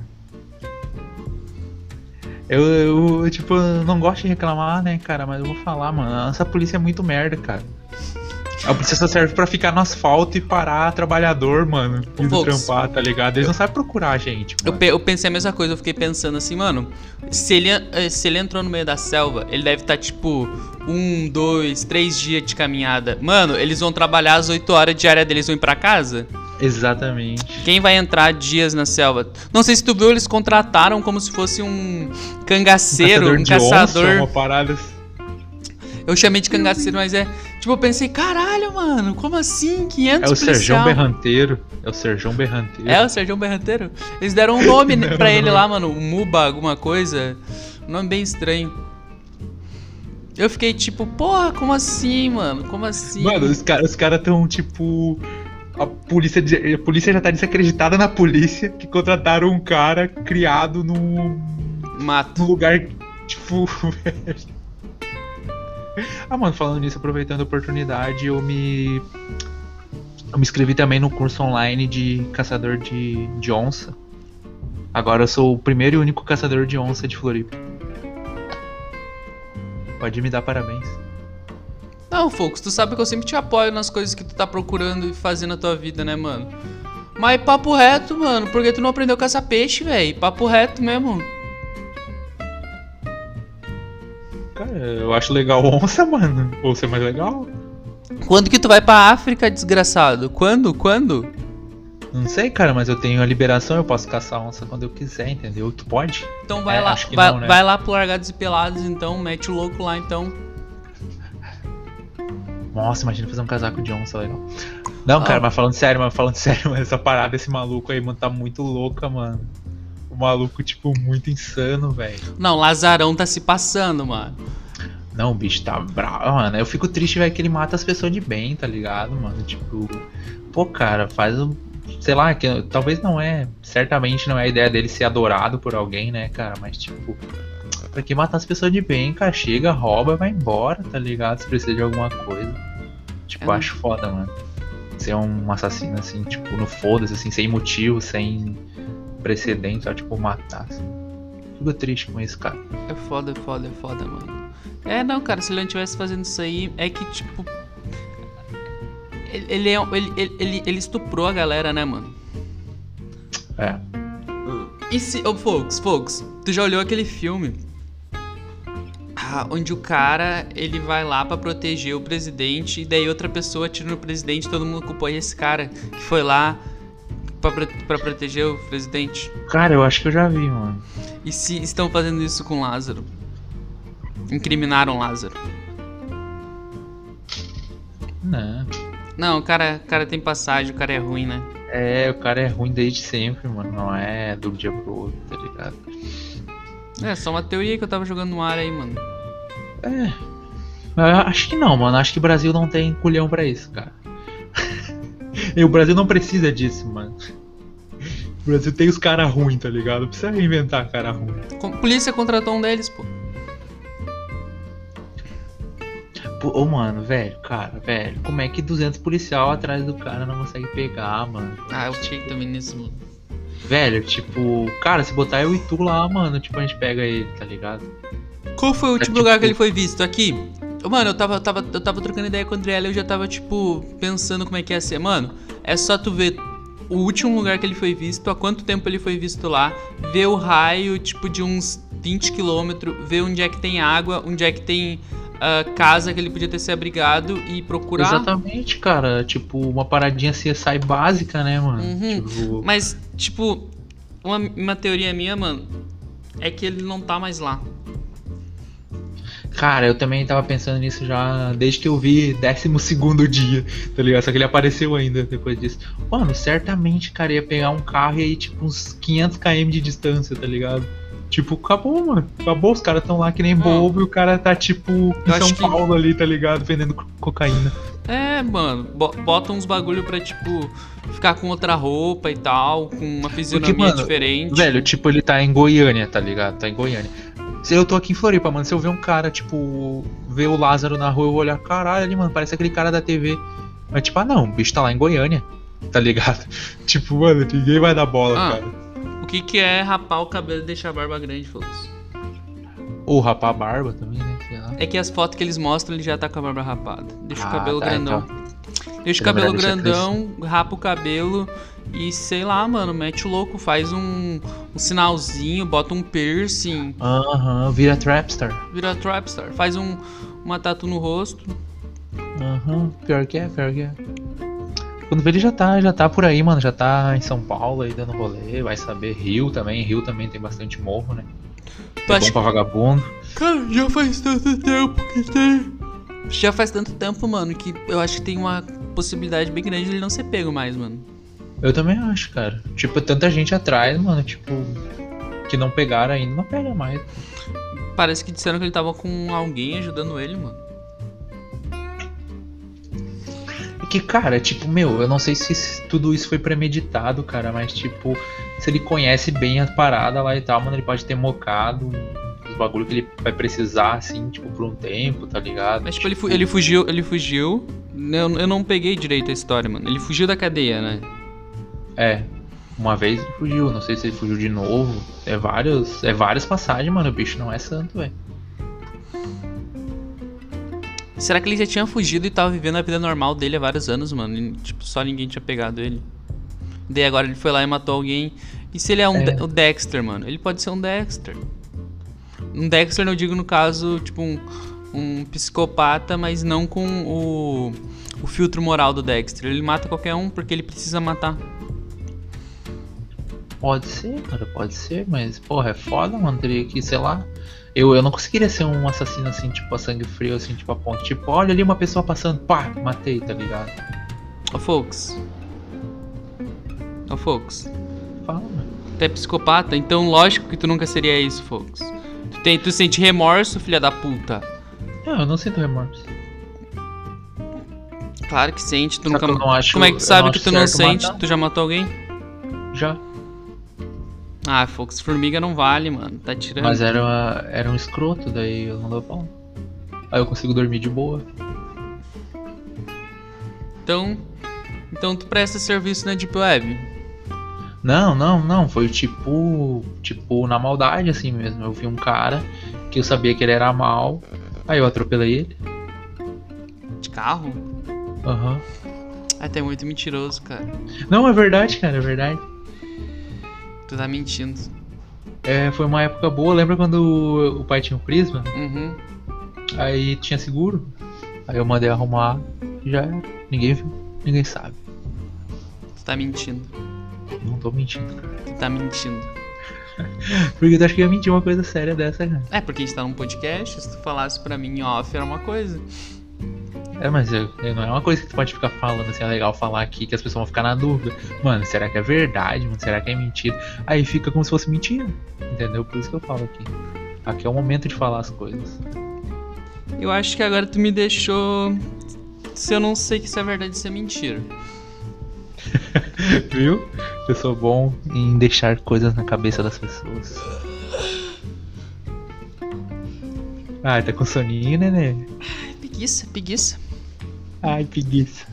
Eu tipo, não gosto de reclamar, né, cara, mas eu vou falar, mano, essa polícia é muito merda, cara. A polícia só serve pra ficar no asfalto e parar trabalhador, mano, indo trampar, tá ligado? Eles não sabem procurar a gente, mano. Eu pensei a mesma coisa, eu fiquei pensando assim, mano, se ele entrou no meio da selva, ele deve estar, tipo, 1, 2, 3 dias de caminhada. Mano, eles vão trabalhar as 8 horas diárias deles, vão ir pra casa? Exatamente. Quem vai entrar dias na selva? Não sei se tu viu, eles contrataram como se fosse um cangaceiro, um caçador. Onça, uma parada assim. Eu chamei de cangaceiro, mas é... Tipo, eu pensei, caralho, mano, como assim? 500 É o Serjão Berranteiro. É o Serjão Berranteiro. É o Serjão Berranteiro? Eles deram um nome pra ele lá, mano. Muba, alguma coisa. Um nome bem estranho. Eu fiquei tipo, porra, como assim, mano? Como assim? Mano, os caras tão tipo... A polícia já tá desacreditada na polícia, que contrataram um cara criado no lugar, tipo... Ah, mano, falando nisso, aproveitando a oportunidade, eu me inscrevi também no curso online de caçador de onça. Agora eu sou o primeiro e único caçador de onça de Floripa. Pode me dar parabéns. Não, Focus, tu sabe que eu sempre te apoio nas coisas que tu tá procurando e fazendo na tua vida, né, mano? Mas papo reto, mano, por que tu não aprendeu a caçar peixe, velho? Papo reto mesmo. Cara, eu acho legal onça, mano. Onça é mais legal. Quando que tu vai pra África, desgraçado? Quando? Não sei, cara, mas eu tenho a liberação, eu posso caçar onça quando eu quiser, entendeu? Tu pode? Então vai lá, não, né? Vai lá pro Largados e Pelados, então, mete o louco lá, então. Nossa, imagina fazer um casaco de onça legal. Não, cara, mas falando sério, mano, essa parada, esse maluco aí, mano, tá muito louca, mano. O maluco, tipo, muito insano, velho. Não, Lazarão tá se passando, mano. Não, o bicho tá bravo, mano. Eu fico triste, velho, que ele mata as pessoas de bem, tá ligado, mano? Tipo, pô, cara, faz um... Sei lá, que talvez não é... Certamente não é a ideia dele ser adorado por alguém, né, cara? Mas, tipo, pra que matar as pessoas de bem, cara? Chega, rouba, vai embora, tá ligado? Se precisa de alguma coisa. Tipo, acho foda, mano. Ser um assassino, assim, tipo, no foda-se, assim, sem motivo, sem... precedente, só tipo matar, assim. Fico triste com isso, cara. É foda, mano. É, não, cara, se ele não tivesse fazendo isso aí, é que tipo. Ele estuprou a galera, né, mano? É. E se. Ô, Fox, tu já olhou aquele filme? Onde o cara, ele vai lá pra proteger o presidente, e daí outra pessoa atira no presidente, todo mundo culpou esse cara que foi lá pra proteger o presidente. Cara, eu acho que eu já vi, mano. E se estão fazendo isso com Lázaro? Incriminaram Lázaro. Não, o cara tem passagem, o cara é ruim, né? É, o cara é ruim desde sempre, mano. Não é do dia pro outro, tá ligado? É, só uma teoria que eu tava jogando no ar aí, mano. É. Eu acho que não, mano. Acho que o Brasil não tem culhão pra isso, cara. E o Brasil não precisa disso, mano. O Brasil tem os caras ruins, tá ligado? Não precisa reinventar cara ruim. A polícia contratou um deles, pô. tipo, ô mano, velho, cara, velho, como é que 200 policial atrás do cara não consegue pegar, mano? Ah, eu cheguei também nesse mundo. Velho, tipo, cara, se botar eu e tu lá, mano, tipo, a gente pega ele, tá ligado? Qual foi o último tipo- lugar que ele foi visto? Aqui? Mano, eu tava trocando ideia com a Andriela e eu já tava, tipo, pensando como é que ia ser. Mano, é só tu ver o último lugar que ele foi visto, há quanto tempo ele foi visto lá, ver o raio, tipo, de uns 20 km, ver onde é que tem água, onde é que tem casa que ele podia ter se abrigado e procurar. Exatamente, cara, tipo, uma paradinha CSI básica, né, mano? Tipo, Mas, tipo, uma teoria minha, mano, é que ele não tá mais lá. cara, eu também tava pensando nisso já desde que eu vi 12º dia, tá ligado? Só que ele apareceu ainda depois disso. Mano, certamente, cara, ia pegar um carro e aí, tipo, uns 500 km de distância, tá ligado? Tipo, acabou, mano. Acabou, os caras tão lá que nem bobo e o cara tá, tipo, em Eu São acho que- Paulo ali, tá ligado? Vendendo cocaína. É, mano, bota uns bagulho pra, tipo, ficar com outra roupa e tal, com uma fisionomia mano, diferente. Velho, tipo, ele tá em Goiânia, tá ligado? Tá em Goiânia. Se eu tô aqui em Floripa, mano, se eu ver um cara, tipo, ver o Lázaro na rua, eu vou olhar, caralho, ali, mano, parece aquele cara da TV. Mas, tipo, ah, não, o bicho tá lá em Goiânia, tá ligado? Tipo, mano, ninguém vai dar bola, cara. O que é rapar o cabelo e deixar a barba grande, folks? Ou rapar a barba também, né? Sei lá. É que as fotos que eles mostram, ele já tá com a barba rapada. Deixa o cabelo tá, grandão. então. Deixa o Na cabelo verdade, deixa grandão, rapa o cabelo e sei lá, mano, mete o louco, faz um sinalzinho, bota um piercing, Aham, vira trapstar. vira trapstar, faz uma tatu no rosto. Aham, pior que é, pior que é. Quando vê ele já tá por aí, mano, já tá em São Paulo aí dando rolê, vai saber, Rio também tem bastante morro, né? Tu É acha bom pra vagabundo. Cara, já faz tanto tempo que tem. Já faz tanto tempo, mano, que eu acho que tem uma possibilidade bem grande de ele não ser pego mais, mano. Eu também acho, cara. Tipo, tanta gente atrás, mano, tipo, que não pegaram ainda, não pega mais. Parece que disseram que ele tava com alguém ajudando ele, mano. É que, cara, tipo, meu, eu não sei se tudo isso foi premeditado, cara, mas, tipo, se ele conhece bem a parada lá e tal, mano, ele pode ter mocado os bagulho que ele vai precisar, assim, tipo, por um tempo, tá ligado? Mas, tipo, ele fugiu. Eu não peguei direito a história, mano. Ele fugiu da cadeia, né? É, uma vez ele fugiu, não sei se ele fugiu de novo. É várias passagens, mano, o bicho não é santo, velho. Será que ele já tinha fugido e tava vivendo a vida normal dele há vários anos, mano? E, tipo, só ninguém tinha pegado ele. Daí agora ele foi lá e matou alguém. E se ele é o Dexter, mano? Ele pode ser um Dexter. Um Dexter, eu digo no caso, tipo, um psicopata, mas não com o filtro moral do Dexter. Ele mata qualquer um porque ele precisa matar. Pode ser, cara, pode ser, mas, porra, é foda, mano, teria que, sei lá. Eu não conseguiria ser um assassino assim, tipo, a sangue frio, assim, tipo, a ponto. Tipo, olha ali uma pessoa passando, pá, matei, tá ligado? Ô, Folks. Fala, mano. Tu é psicopata? Então lógico que tu nunca seria isso, Folks. Tu sente remorso, filha da puta? Não, eu não sinto remorso. Claro que sente, tu Só nunca... que eu não acho- Como é que tu eu sabe não que acho tu não certo sente? matar. Tu já matou alguém? Já. Ah, Folks, formiga não vale, mano. Tá tirando. Mas era um escroto, daí eu não dou pau. Aí eu consigo dormir de boa. Então tu presta serviço na Deep Web? Não, foi tipo na maldade assim mesmo. Eu vi um cara que eu sabia que ele era mal, aí eu atropelei ele. De carro? Aham. Ah, tu é muito mentiroso, cara. Não, é verdade, cara, é verdade. Tu tá mentindo. É, foi uma época boa, lembra quando o pai tinha um Prisma? Uhum. Aí tinha seguro. Aí eu mandei arrumar e já era. Ninguém viu, ninguém sabe. Tu tá mentindo. Não tô mentindo, cara. Tu tá mentindo. Porque tu acha que eu ia mentir uma coisa séria dessa, cara? É, porque a gente tá num podcast, se tu falasse pra mim em off era uma coisa. É, mas não é uma coisa que tu pode ficar falando assim, é legal falar aqui que as pessoas vão ficar na dúvida. Mano, será que é verdade, mano? Será que é mentira? Aí fica como se fosse mentira, entendeu? Por isso que eu falo aqui. Aqui é o momento de falar as coisas. Eu acho que agora tu me deixou... Se eu não sei que isso é verdade, isso é mentira. Viu? Eu sou bom em deixar coisas na cabeça das pessoas. Ah, tá com soninho, nenê? Preguiça. Ai, preguiça.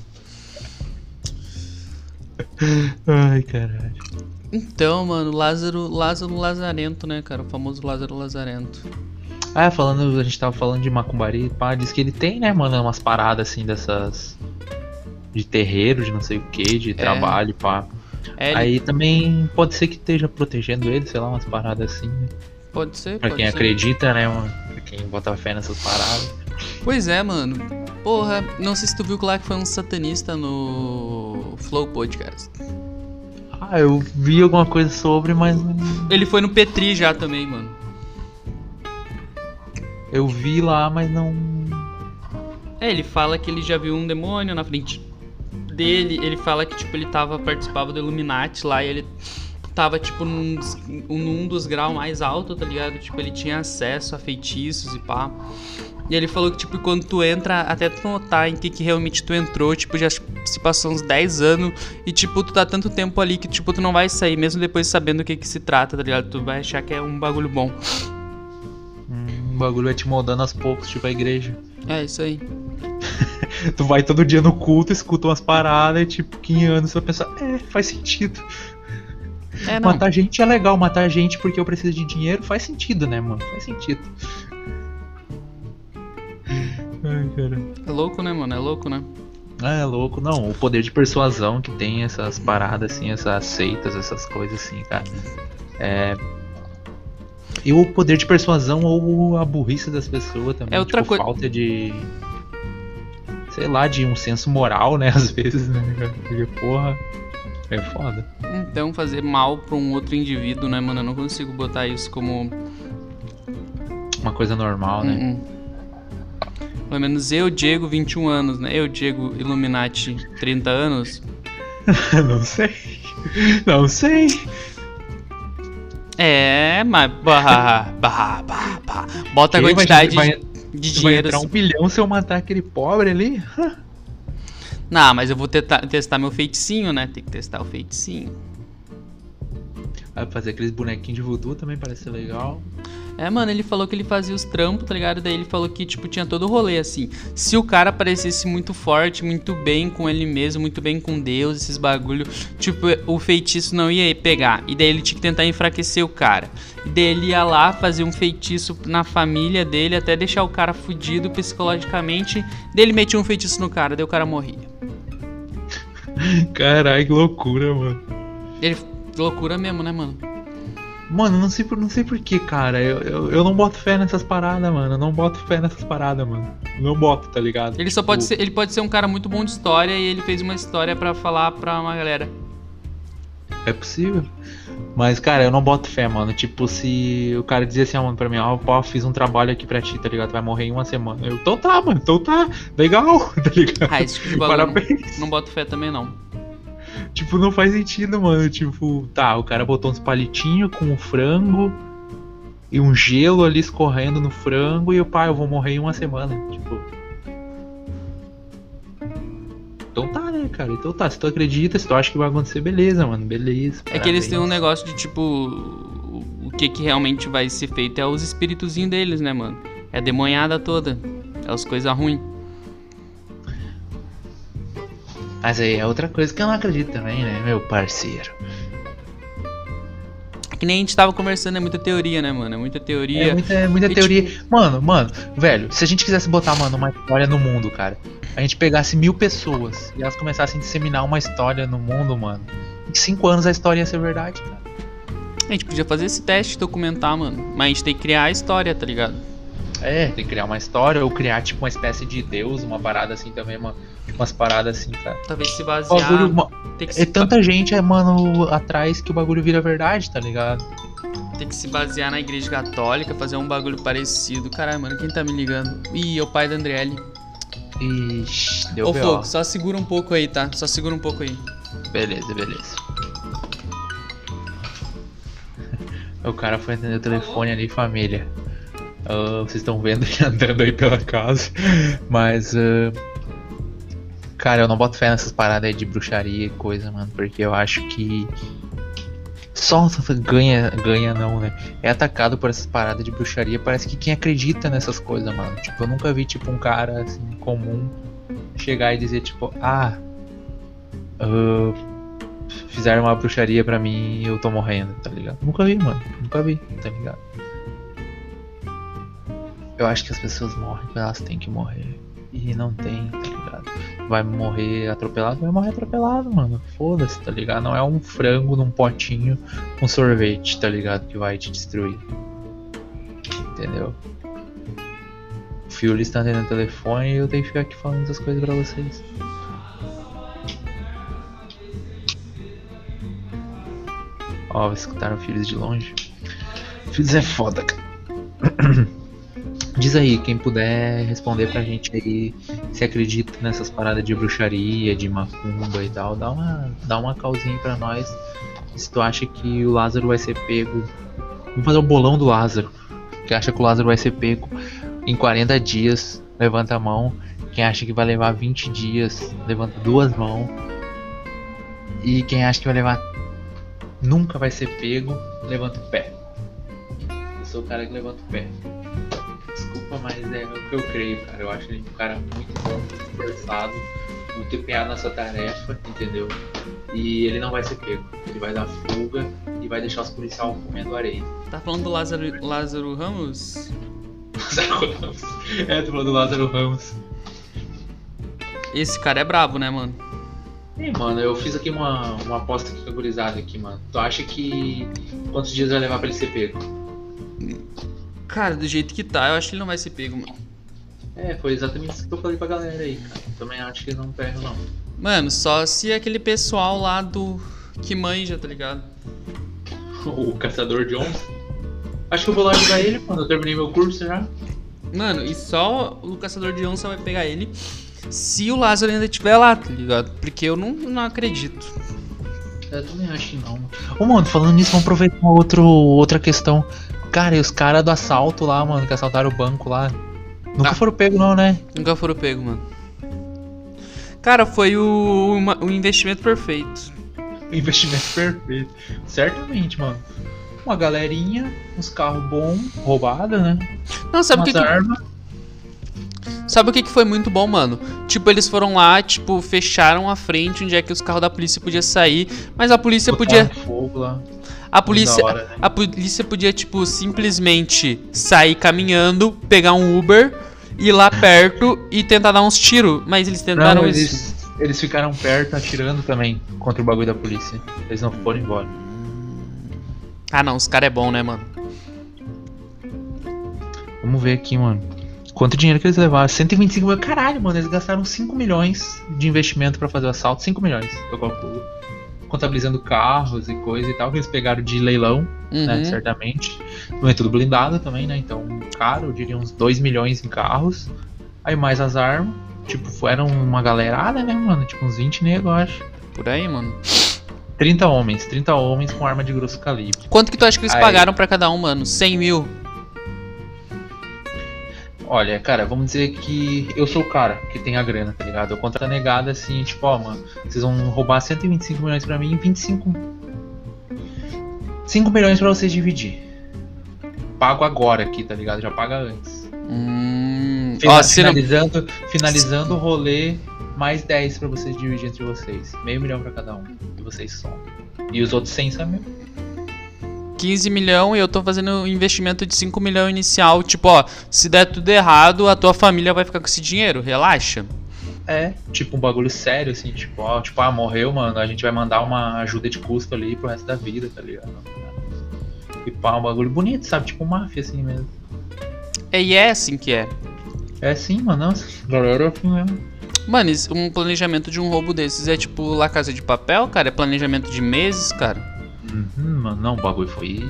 Ai, caralho. Então, mano, Lázaro Lazarento, né, cara? O famoso Lázaro Lazarento. Ah, a gente tava falando de macumbaria, pá, diz que ele tem, né, mano, umas paradas assim dessas. De terreiro, de não sei o que, de trabalho, pá. Aí também pode ser que esteja protegendo ele, sei lá, umas paradas assim, né? Pode ser, pra quem acredita, né, mano? Pra quem bota fé nessas paradas. Pois é, mano. Porra, não sei se tu viu que lá que foi um satanista no Flow Podcast. Ah, eu vi alguma coisa sobre, mas. Ele foi no Petri já também, mano. Eu vi lá, mas não. Ele fala que ele já viu um demônio na frente dele. Ele fala que, tipo, ele participava do Illuminati lá e ele tava, tipo, num dos graus mais altos, tá ligado? Tipo, ele tinha acesso a feitiços e pá. E ele falou que, tipo, quando tu entra, até tu notar em que realmente tu entrou, tipo, já se passou uns 10 anos e, tipo, tu tá tanto tempo ali que, tipo, tu não vai sair, mesmo depois sabendo o que se trata, tá ligado? Tu vai achar que é um bagulho bom. O bagulho vai te moldando aos poucos, tipo a igreja. É, isso aí. Tu vai todo dia no culto, escuta umas paradas e, tipo, 15 anos você vai pensar, faz sentido. Não. Matar gente é legal, matar gente porque eu preciso de dinheiro faz sentido, né, mano? Faz sentido. Ai, cara. É louco, né, mano? É louco, né? É louco, não. O poder de persuasão que tem essas paradas, assim, essas seitas, essas coisas assim, cara. E o poder de persuasão ou a burrice das pessoas também. É outra coisa. Falta de. Sei lá, de um senso moral, né? Às vezes, né? Porque, porra. É foda. Então, fazer mal pra um outro indivíduo, né, mano? Eu não consigo botar isso como uma coisa normal, né? Pelo menos eu, Diego, 21 anos, né? Eu, Diego, Illuminati, 30 anos. Não sei. Não sei. Mas... Bota a quantidade de dinheiro. Vai entrar 1 bilhão se eu matar aquele pobre ali? Não, mas eu vou testar meu feiticinho, né? Tem que testar o feiticinho. Vai fazer aqueles bonequinhos de voodoo também, parece ser legal. Mano, ele falou que ele fazia os trampos, tá ligado? Daí ele falou que, tipo, tinha todo o rolê, assim. Se o cara parecesse muito forte, muito bem com ele mesmo, muito bem com Deus, esses bagulho, tipo, o feitiço não ia pegar. E daí ele tinha que tentar enfraquecer o cara. E daí ele ia lá fazer um feitiço na família dele, até deixar o cara fudido psicologicamente. Daí ele metia um feitiço no cara, daí o cara morria. Caralho, que loucura, mano. Loucura mesmo, né, mano? Mano, não sei porquê, cara. Eu não boto fé nessas paradas, mano. Eu não boto fé nessas paradas, mano. Eu não boto, tá ligado? Ele só pode ser. Ele pode ser um cara muito bom de história e ele fez uma história pra falar pra uma galera. É possível. Mas, cara, eu não boto fé, mano. Tipo, se o cara dizia assim, mano, pra mim, pô, fiz um trabalho aqui pra ti, tá ligado? Vai morrer em 1 semana. Então tá, mano. Então tá. Legal, tá ligado? Esse tipo de bagulho. Parabéns. Não boto fé também, não. Tipo, não faz sentido, mano. Tipo, tá, o cara botou uns palitinhos com o frango e um gelo ali escorrendo no frango e eu vou morrer em 1 semana. Tipo. Então tá, né, cara? Então tá, se tu acredita, se tu acha que vai acontecer, beleza, mano. Beleza. É que eles têm um negócio de, tipo, o que realmente vai ser feito é os espíritozinhos deles, né, mano? É a demonhada toda. É as coisas ruins. Mas aí é outra coisa que eu não acredito também, né, meu parceiro? Que nem a gente tava conversando, é muita teoria, né, mano? É muita teoria. É muita teoria. Tipo... Mano, velho, se a gente quisesse botar, mano, uma história no mundo, cara, a gente pegasse 1000 pessoas e elas começassem a disseminar uma história no mundo, mano, em 5 anos a história ia ser verdade, cara. A gente podia fazer esse teste, documentar, mano. Mas a gente tem que criar a história, tá ligado? Tem que criar uma história ou criar, tipo, uma espécie de Deus, uma parada assim também, mano. Umas paradas assim, cara. Talvez se basear. Tanta gente, mano, atrás que o bagulho vira verdade, tá ligado? Tem que se basear na igreja católica, fazer um bagulho parecido. Caralho, mano, quem tá me ligando? Ih, é o pai da Andriele. Ixi, deu Ô, Fogo, só segura um pouco aí, tá? Só segura um pouco aí. Beleza. O cara foi atender o telefone ali, família. Vocês estão vendo ele andando aí pela casa. Mas, cara, eu não boto fé nessas paradas aí de bruxaria e coisa, mano. Porque eu acho que só ganha não, né? É atacado por essas paradas de bruxaria. Parece que quem acredita nessas coisas, mano. Tipo, eu nunca vi, tipo, um cara, assim, comum chegar e dizer, tipo, fizeram uma bruxaria pra mim e eu tô morrendo, tá ligado? Nunca vi, mano. Nunca vi, tá ligado? Eu acho que as pessoas morrem porque elas têm que morrer. E não tem, tá ligado? Vai morrer atropelado, mano. Foda-se, tá ligado? Não é um frango num potinho com sorvete, tá ligado? Que vai te destruir. Entendeu? O Fiuli está atendendo o telefone e eu tenho que ficar aqui falando essas coisas pra vocês. Ó, escutaram filhos de longe. Filhos é foda, cara. Diz aí, quem puder responder pra gente aí se acredita nessas paradas de bruxaria, de macumba e tal, dá uma callzinha pra nós. Se tu acha que o Lázaro vai ser pego, vamos fazer o bolão do Lázaro. Quem acha que o Lázaro vai ser pego em 40 dias, levanta a mão. Quem acha que vai levar 20 dias, levanta duas mãos. E quem acha que vai levar nunca vai ser pego, levanta o pé. Eu sou o cara que levanta o pé. Desculpa, mas é o que eu creio, cara. Eu acho ele um cara muito bom, muito esforçado, muito empenhado na sua tarefa, entendeu? E ele não vai ser pego. Ele vai dar fuga e vai deixar os policiais comendo areia. Tá falando do Lázaro Ramos? Lázaro Ramos. É, tu falou do Lázaro Ramos. Esse cara é brabo, né, mano? Ei, mano, eu fiz aqui uma aposta aqui com a gurizada aqui, mano. Tu acha que quantos dias vai levar pra ele ser pego? Cara, do jeito que tá, eu acho que ele não vai ser pego, mano. É, foi exatamente isso que eu falei pra galera aí, cara. Também acho que ele não pega, não. Mano, só se aquele pessoal lá do... que manja, tá ligado? O caçador de onça? Acho que eu vou lá ajudar ele, mano. Eu terminei meu curso já. Mano, e só o caçador de onça vai pegar ele se o Lázaro ainda estiver lá, tá ligado? Porque eu não acredito. Eu também acho que não. Ô, mano, falando nisso, vamos aproveitar outra questão. Cara, e os caras do assalto lá, mano, que assaltaram o banco lá, nunca foram pegos não, né? Nunca foram pegos, mano. Cara, foi o investimento perfeito. Investimento perfeito. Certamente, mano. Uma galerinha, uns carros bons, roubada, né? Não, sabe o que armas. Sabe o que foi muito bom, mano? Tipo, eles foram lá, tipo, fecharam a frente onde é que os carros da polícia podiam sair, mas a polícia podia... fogo lá. A polícia, hora, né? a polícia podia, tipo, simplesmente sair caminhando, pegar um Uber, ir lá perto e tentar dar uns tiros. Mas eles tentaram isso. Eles ficaram perto atirando também contra o bagulho da polícia. Eles não foram embora. Ah, não, os caras é bom, né, mano? Vamos ver aqui, mano. Quanto dinheiro que eles levaram? 125 milhões. Caralho, mano, eles gastaram 5 milhões de investimento pra fazer o assalto. 5 milhões, eu calculo. Contabilizando carros e coisa e tal, que eles pegaram de leilão, né, certamente. Não é tudo blindado também, né, então caro, eu diria uns 2 milhões em carros. Aí mais as armas, tipo, foram uma galerada, né, mano, tipo uns 20 negros, eu acho. Por aí, mano. 30 homens com arma de grosso calibre. Quanto que tu acha que eles pagaram pra cada um, mano? 100 mil? Olha, cara, vamos dizer que eu sou o cara que tem a grana, tá ligado? Eu contrato a negada assim, tipo, ó, mano, vocês vão roubar 125 milhões pra mim e 5 milhões pra vocês dividir. Pago agora aqui, tá ligado? Já paga antes. Finalizando o rolê, mais 10 pra vocês dividir entre vocês. Meio milhão pra cada um. E vocês somam. E os outros 100 são meu. 15 milhões e eu tô fazendo um investimento de 5 milhões inicial. Tipo, ó, se der tudo errado, a tua família vai ficar com esse dinheiro. Relaxa. É, tipo um bagulho sério, assim, tipo, morreu, mano, a gente vai mandar uma ajuda de custo ali pro resto da vida, tá ligado? E pá, um bagulho bonito, sabe? Tipo máfia, assim mesmo. E é assim que é. É assim, mano, nossa, galera, assim mesmo. Mano, um planejamento de um roubo desses é tipo La Casa de Papel, cara? É planejamento de meses, cara? Mano, não, o bagulho foi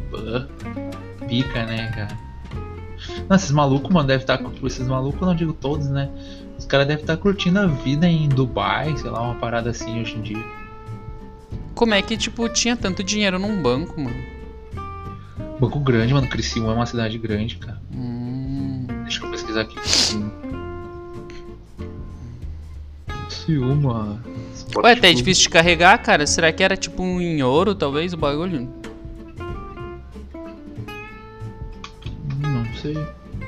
pica, né, cara? Não, esses malucos, mano, devem estar... Esses malucos, eu não digo todos, né? Os caras devem estar curtindo a vida em Dubai, sei lá, uma parada assim hoje em dia. Como é que, tipo, tinha tanto dinheiro num banco, mano? Banco grande, mano, Criciúma é uma cidade grande, cara. Deixa eu pesquisar aqui. Criciúma. Ué, até é difícil de carregar, cara. Será que era tipo um em ouro, talvez, o bagulho? Não sei.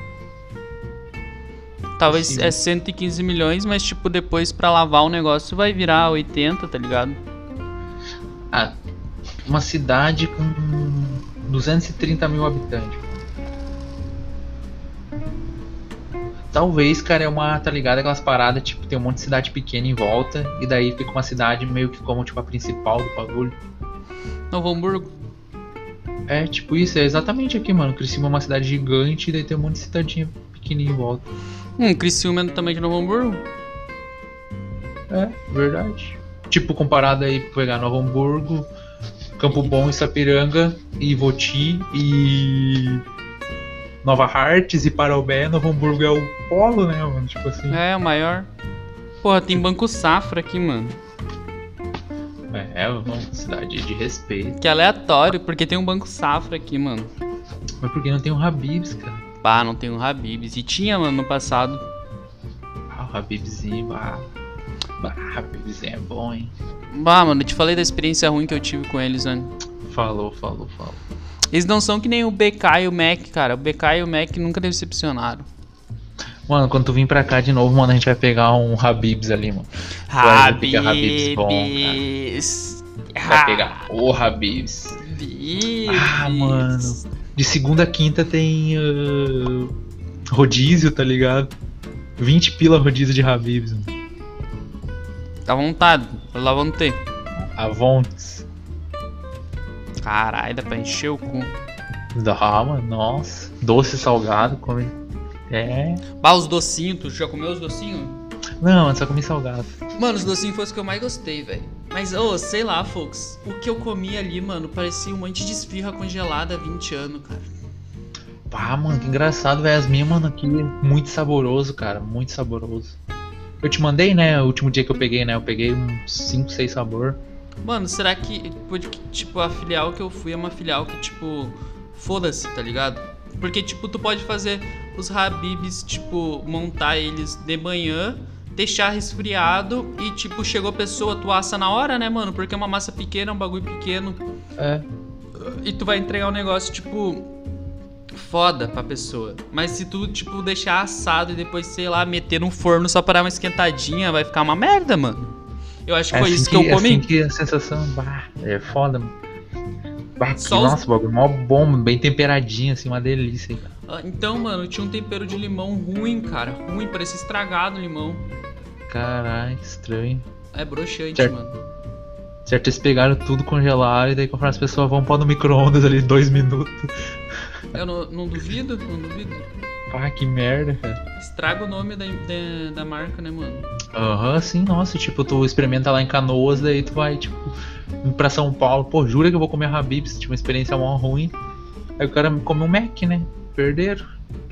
Talvez Sim. é 115 milhões, mas tipo, depois pra lavar o negócio vai virar 80, tá ligado? Ah, uma cidade com 230 mil habitantes. Talvez, cara, é uma, tá ligado? Aquelas paradas, tipo, tem um monte de cidade pequena em volta, e daí fica uma cidade meio que como, tipo, a principal do bagulho. Novo Hamburgo. É, tipo isso, é exatamente aqui, mano. Criciúma é uma cidade gigante, e daí tem um monte de cidadinha pequenininha em volta. Criciúma é também de Novo Hamburgo? É, verdade. Tipo, comparado aí, pegar Novo Hamburgo, Campo Bom e Sapiranga, e Voti, e Nova Hartz e Parobé. Novo Hamburgo é o polo, né, mano? Tipo assim. É, o maior. Porra, tem Banco Safra aqui, mano. É uma cidade de respeito. Que aleatório, porque tem um Banco Safra aqui, mano. Mas por que não tem um Habib's, cara? Pá, não tem um Habib's. E tinha, mano, no passado. Ah, o Habibzinho, Habib's é bom, hein? Bah, mano, eu te falei da experiência ruim que eu tive com eles, mano. Falou. Eles não são que nem o BK e o Mac, cara. O BK e o Mac nunca decepcionaram. Mano, quando tu vir pra cá de novo, mano, a gente vai pegar um Habib's ali, mano. Habib's bom, cara. Vai pegar o Habib's. Ah, mano. De segunda a quinta tem rodízio, tá ligado? 20 pila rodízio de Habib's, mano. Dá vontade, lá vão ter. Avontes. Caralho, dá pra encher o cu. Dá, mano, nossa. Doce salgado, come. É. Bah, os docinhos, tu já comeu os docinhos? Não, só comi salgado. Mano, os docinhos foi os que eu mais gostei, velho. Mas, sei lá, folks. O que eu comi ali, mano, parecia um monte de esfirra congelada há 20 anos, cara. Pá, mano, que engraçado, velho. As minhas, mano, aqui, muito saboroso, cara. Muito saboroso. Eu te mandei, né? O último dia que eu peguei, né? Eu peguei uns 5, 6 sabor. Mano, será que, tipo, a filial que eu fui é uma filial que, tipo, foda-se, tá ligado? Porque, tipo, tu pode fazer os Habib's, tipo, montar eles de manhã, deixar resfriado e, tipo, chegou a pessoa, tu assa na hora, né, mano? Porque é uma massa pequena, é um bagulho pequeno. É. E tu vai entregar um negócio, tipo, foda pra pessoa. Mas se tu, tipo, deixar assado e depois, sei lá, meter no forno só pra dar uma esquentadinha, vai ficar uma merda, mano. Eu acho que foi isso que eu comi. Assim que a sensação, é foda, mano. Só nossa, o bagulho mó bom, bem temperadinho, assim, uma delícia. Então, mano, tinha um tempero de limão ruim, cara. Ruim, parecia estragado o limão. Caralho, que estranho. É broxante, certo. Mano. Certo, eles pegaram tudo, congelaram e daí conforme as pessoas vão pôr no micro-ondas ali 2 minutos. Eu não duvido. Pá, que merda, cara. Estraga o nome da marca, né, mano? Aham, sim, nossa, tipo, tu experimenta lá em Canoas, daí tu vai, tipo, pra São Paulo, pô, jura que eu vou comer Habib's, tipo, uma experiência mó ruim. Aí o cara come um Mac, né? Perderam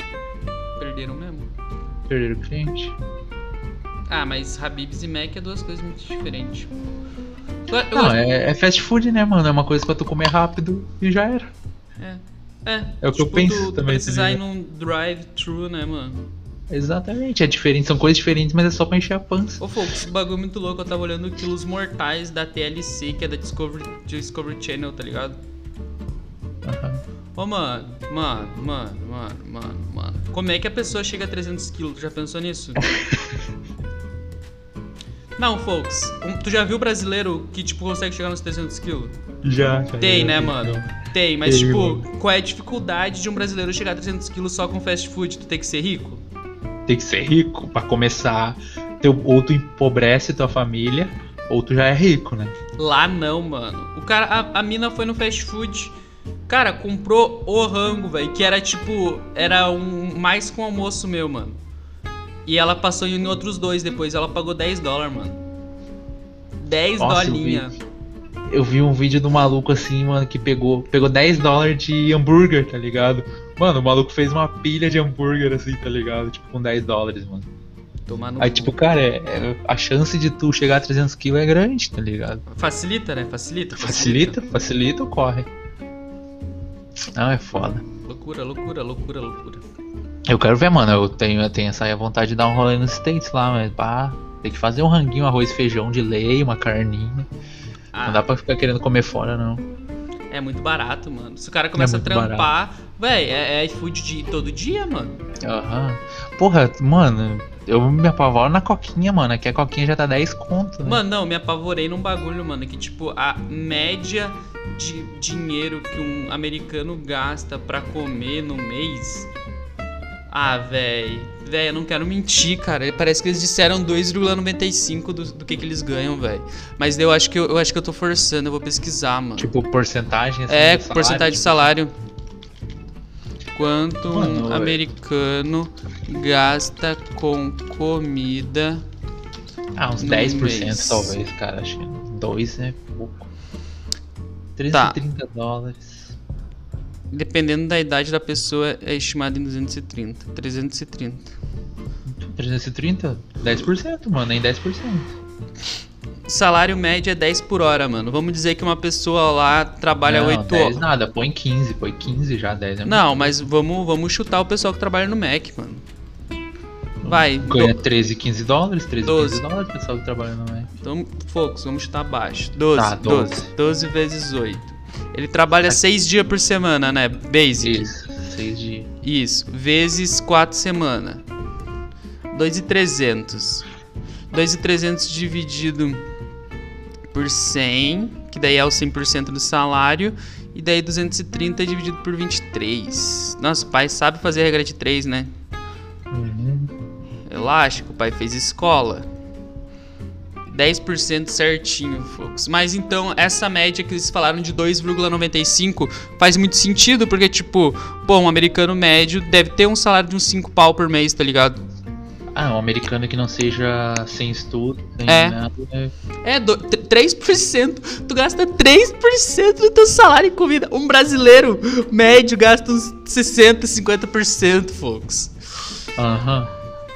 mesmo. Perderam o cliente. Ah, mas Habib's e Mac é duas coisas muito diferentes. Não, é fast food, né, mano? É uma coisa pra tu comer rápido e já era. É o que eu penso tu também. Precisar ir num drive-thru, né, mano? Exatamente, é diferente, são coisas diferentes, mas é só pra encher a pança. Ô, folks, esse bagulho é muito louco. Eu tava olhando Quilos Mortais da TLC, que é da Discovery Channel, tá ligado? Ô, mano. Como é que a pessoa chega a 300 kg? Já pensou nisso? Não, folks, tu já viu brasileiro que, tipo, consegue chegar nos 300 kg? Já. Tem, né, mano? Tem, mas, Tem, tipo, mano. Qual é a dificuldade de um brasileiro chegar a 300 kg só com fast food? Tu tem que ser rico? Tem que ser rico pra começar. Ou tu empobrece tua família, ou tu já é rico, né? Lá não, mano. O cara, a mina foi no fast food, cara, comprou o rango, velho, que era tipo, era mais com almoço meu, mano. E ela passou em outros 2 depois, ela pagou $10, mano. 10 dolinha. Eu vi um vídeo do maluco assim, mano, que pegou $10 de hambúrguer, tá ligado? Mano, o maluco fez uma pilha de hambúrguer assim, tá ligado? Tipo, com $10, mano. Aí, tipo, cara, a chance de tu chegar a 300 kg é grande, tá ligado? Facilita, né? Facilita ou corre? Não, é foda. Loucura. Eu quero ver, mano, eu tenho essa vontade de dar um rolê nos States lá, mas pá, Tem que fazer um ranguinho, arroz e feijão de lei, uma carninha. Não dá pra ficar querendo comer fora, não. É muito barato, mano. Se o cara começa a trampar, véi, é iFood de todo dia, mano. Aham. Porra, mano, eu me apavoro na coquinha, mano. Aqui a coquinha já tá 10 conto, né? Mano, não, me apavorei num bagulho, mano. Que tipo, a média de dinheiro que um americano gasta pra comer no mês. Ah, véi, eu não quero mentir, cara. Parece que eles disseram 2,95 do que eles ganham, velho. Mas eu acho que eu tô forçando, eu vou pesquisar, mano. Tipo, porcentagem assim, é, de salário, porcentagem de salário. Quanto mano, um americano gasta com comida? Uns 10% talvez, cara. Acho que 2 é pouco. 330 dólares. Dependendo da idade da pessoa, é estimado em 230. 330. 330? 10%, mano, nem 10%. Salário médio é 10 por hora, mano. Vamos dizer que uma pessoa lá trabalha 8 horas. Nada, põe 15 já, 10 é muito. Não, mas vamos chutar o pessoal que trabalha no Mac, mano. Vai. Ganha 13, 15 dólares, 12. 15 dólares o pessoal que trabalha no Mac. Então, Focus, vamos chutar abaixo. 12, Tá, 12 vezes 8. Ele trabalha 6 dias por semana, né? Basic. Isso, 6 dias. Isso, vezes 4 semanas. 2.300. 2.300 dividido por 100, que daí é o 100% do salário. E daí 230 dividido por 23. Nossa, o pai sabe fazer a regra de 3, né? Elástico, o pai fez escola. 10% certinho, folks. Mas então, essa média que eles falaram de 2,95 faz muito sentido, porque, tipo, pô, um americano médio deve ter um salário de uns 5 pau por mês, tá ligado? Um americano que não seja sem estudo, sem nada. 3%. Tu gasta 3% do teu salário em comida. Um brasileiro médio gasta uns 60%, 50%, folks. Aham.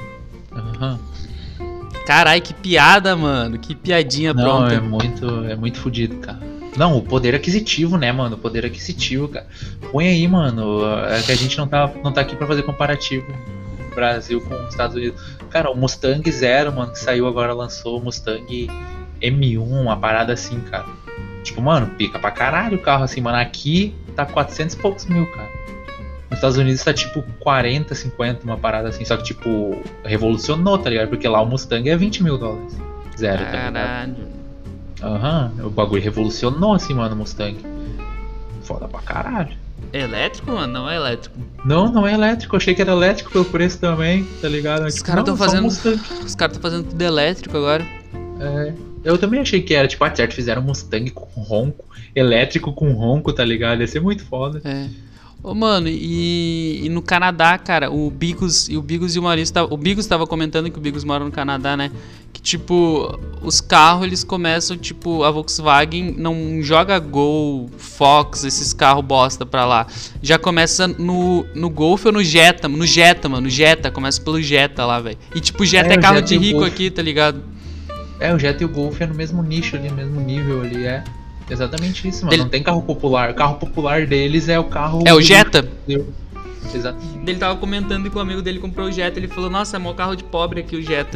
Carai, que piada, mano. Que piadinha pronta. É muito fodido, cara. Não, o poder aquisitivo, né, mano? O poder aquisitivo, cara. Põe aí, mano. É que a gente não tá aqui pra fazer comparativo Brasil com os Estados Unidos. Cara, o Mustang Zero, mano, que saiu agora, lançou o Mustang M1, uma parada assim, cara. Tipo, mano, pica pra caralho o carro assim, mano. Aqui tá 400 e poucos mil, cara. Nos Estados Unidos tá tipo 40, 50, uma parada assim. Só que tipo, revolucionou, tá ligado? Porque lá o Mustang é 20 mil dólares. Zero, tá ligado? Caralho. O bagulho revolucionou assim, mano, o Mustang. Foda pra caralho. É elétrico, mano? Não é elétrico. Não é elétrico. Eu achei que era elétrico pelo preço também, tá ligado? Os caras tão fazendo. Os caras tão fazendo tudo elétrico agora. Eu também achei que era, tipo, certo, fizeram um Mustang com ronco, elétrico com ronco, tá ligado? Ia ser muito foda. Ô, mano, e no Canadá, cara, o Bigos e o Maurício, o Bigos tava comentando que o Bigos mora no Canadá, né? Que, tipo, os carros, eles começam, tipo, a Volkswagen não joga Gol, Fox, esses carros bosta pra lá. Já começa no Golf ou no Jetta, no Jetta, começa pelo Jetta lá, velho. E, tipo, o Jetta é carro de rico aqui, tá ligado? O Jetta e o Golf é no mesmo nicho ali, no mesmo nível ali, Exatamente isso, mano. Não tem carro popular. O carro popular deles é o carro... É o Jetta? Exatamente. Ele tava comentando que o amigo dele comprou o Jetta. Ele falou, nossa, é mó carro de pobre aqui o Jetta.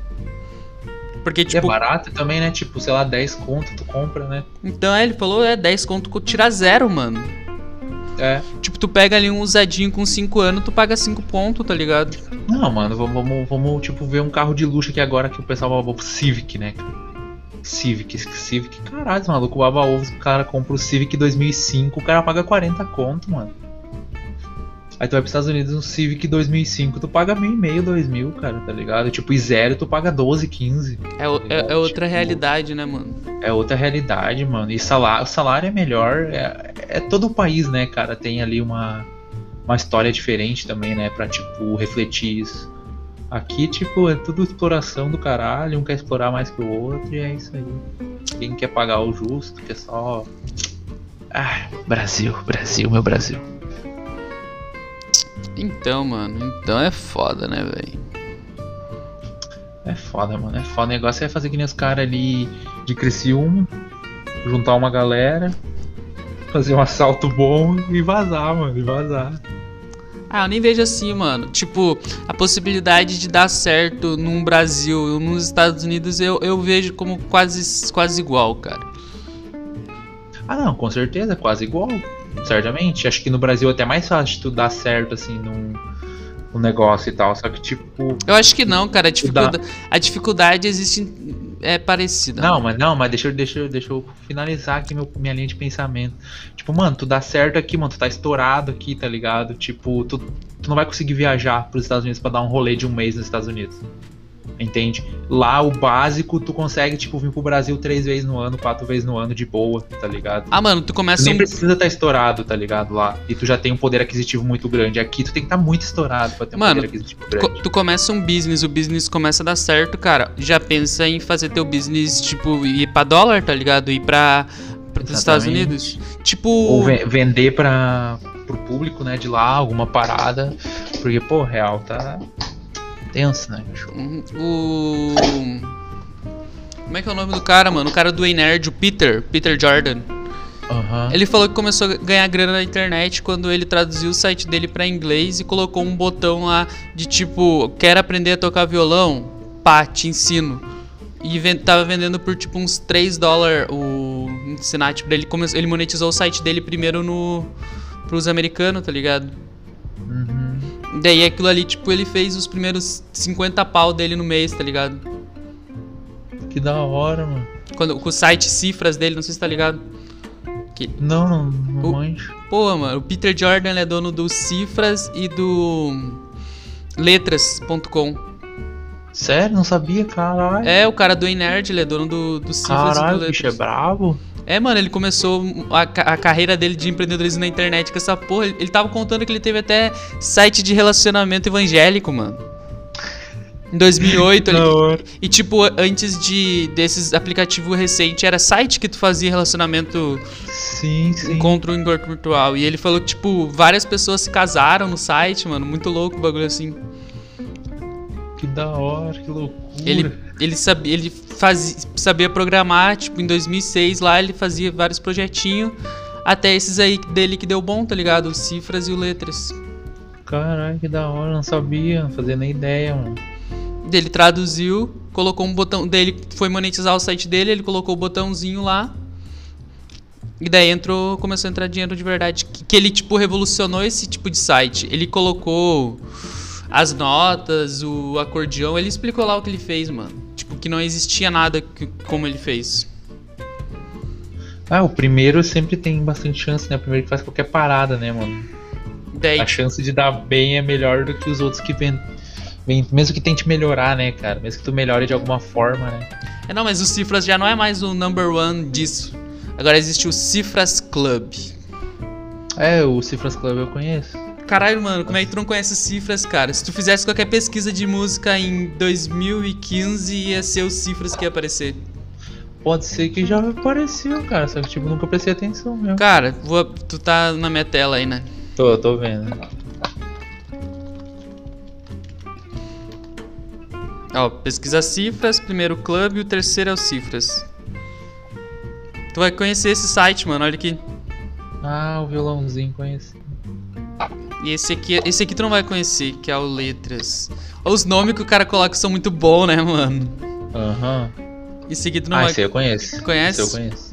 Porque, tipo... é barato também, né? Tipo, sei lá, 10 conto tu compra, né? Então, ele falou, 10 conto tira 0, mano. Tipo, tu pega ali um usadinho com 5 anos, tu paga 5 pontos, tá ligado? Não, mano, vamos tipo, ver um carro de luxo aqui agora que o pessoal babou pro Civic, né? Civic, caralho, maluco, baba ovos, o cara compra o Civic 2005, o cara paga 40 conto, mano. Aí tu vai pros Estados Unidos, um Civic 2005, tu paga 1.500, 2.000, cara, tá ligado? Tipo, e zero tu paga 12, 15. É outra tipo, realidade, né, mano? É outra realidade, mano. E o salário é melhor, é todo o país, né, cara, tem ali uma história diferente também, né, pra, tipo, refletir isso. Aqui, tipo, é tudo exploração do caralho, um quer explorar mais que o outro e é isso aí. Quem quer pagar o justo, quer só... Brasil, meu Brasil. Então, mano, é foda, né, velho? É foda, mano, é foda. O negócio é fazer que nem os caras ali de Criciúma, juntar uma galera, fazer um assalto bom e vazar, mano, Ah, eu nem vejo assim, mano. Tipo, a possibilidade de dar certo num Brasil, nos Estados Unidos, eu vejo como quase igual, cara. Ah, não, com certeza, quase igual. Certamente. Acho que no Brasil é até mais fácil de tu dar certo, assim, num negócio e tal. Só que, tipo. Eu acho que não, cara. A dificuldade existe. É parecida. Não, mas deixa eu finalizar aqui minha linha de pensamento. Tipo, mano, tu dá certo aqui, mano, tu tá estourado aqui, tá ligado? Tipo, tu não vai conseguir viajar pros Estados Unidos pra dar um rolê de um mês nos Estados Unidos. Entende? Lá o básico tu consegue, tipo, vir pro Brasil 3 vezes no ano, 4 vezes no ano de boa, tá ligado? Ah, mano, tu começa. Tu nem precisa estar estourado, tá ligado? Lá. E tu já tem um poder aquisitivo muito grande. Aqui tu tem que estar muito estourado pra ter um poder aquisitivo grande. Tu começa um business, o business começa a dar certo, cara. Já pensa em fazer teu business, tipo, ir pra dólar, tá ligado? Ir pros Estados Unidos. Tipo. Ou vender pro público, né, de lá, alguma parada. Porque, pô, real tá tenso, né? Como é que é o nome do cara, mano? O cara do Ei Nerd, o Peter Jordan. Ele falou que começou a ganhar grana na internet quando ele traduziu o site dele pra inglês e colocou um botão lá de tipo, quer aprender a tocar violão? Pá, te ensino. E tava vendendo por tipo uns $3 o Cincinnati pra ele. Ele monetizou o site dele primeiro pros americanos, tá ligado? Daí aquilo ali, tipo, ele fez os primeiros 50 pau dele no mês, tá ligado? Que da hora, mano. Com o site cifras dele, não sei se tá ligado. Não manjo. Pô, mano, o Peter Jordan é dono do Cifras e do Letras.com. Sério? Não sabia, caralho. É, o cara do Ei Nerd, ele é dono do Cifras e do Letras. O bicho é bravo. É, mano, ele começou a carreira dele de empreendedorismo na internet com essa porra. Ele tava contando que ele teve até site de relacionamento evangélico, mano. Em 2008. E tipo, antes desses aplicativos recentes, era site que tu fazia relacionamento. Sim. Encontro virtual. E ele falou que, tipo, várias pessoas se casaram no site, mano. Muito louco o bagulho assim. Que da hora, que loucura. Ele sabia programar, tipo, em 2006 lá ele fazia vários projetinhos, até esses aí dele que deu bom, tá ligado? Os Cifras e o Letras. Caralho, que da hora, não sabia, não fazia nem ideia, mano. Ele traduziu, colocou um botão, dele foi monetizar o site dele, ele colocou o botãozinho lá. E daí começou a entrar dinheiro de verdade, que ele, tipo, revolucionou esse tipo de site. Ele colocou as notas, o acordeão, ele explicou lá o que ele fez, mano. Tipo, que não existia nada como ele fez. O primeiro sempre tem bastante chance, né? O primeiro que faz qualquer parada, né, mano? Daí, a chance de dar bem é melhor do que os outros que vêm. Mesmo que tente melhorar, né, cara? Mesmo que tu melhore de alguma forma, né? Não, mas o Cifras já não é mais o number one disso. Agora existe o Cifras Club. O Cifras Club eu conheço. Caralho, mano, como é que tu não conhece o Cifras, cara? Se tu fizesse qualquer pesquisa de música em 2015, ia ser o Cifras que ia aparecer. Pode ser que já apareceu, cara, só que tipo, nunca prestei atenção mesmo. Cara, tu tá na minha tela aí, né? Tô vendo. Ó, pesquisa Cifras, primeiro Club e o terceiro é o Cifras. Tu vai conhecer esse site, mano, olha aqui. O violãozinho conheci. E esse aqui tu não vai conhecer, que é o Letras. Os nomes que o cara coloca são muito bons, né, mano? Esse aqui tu não vai... esse eu conheço. Conhece? Esse eu conheço.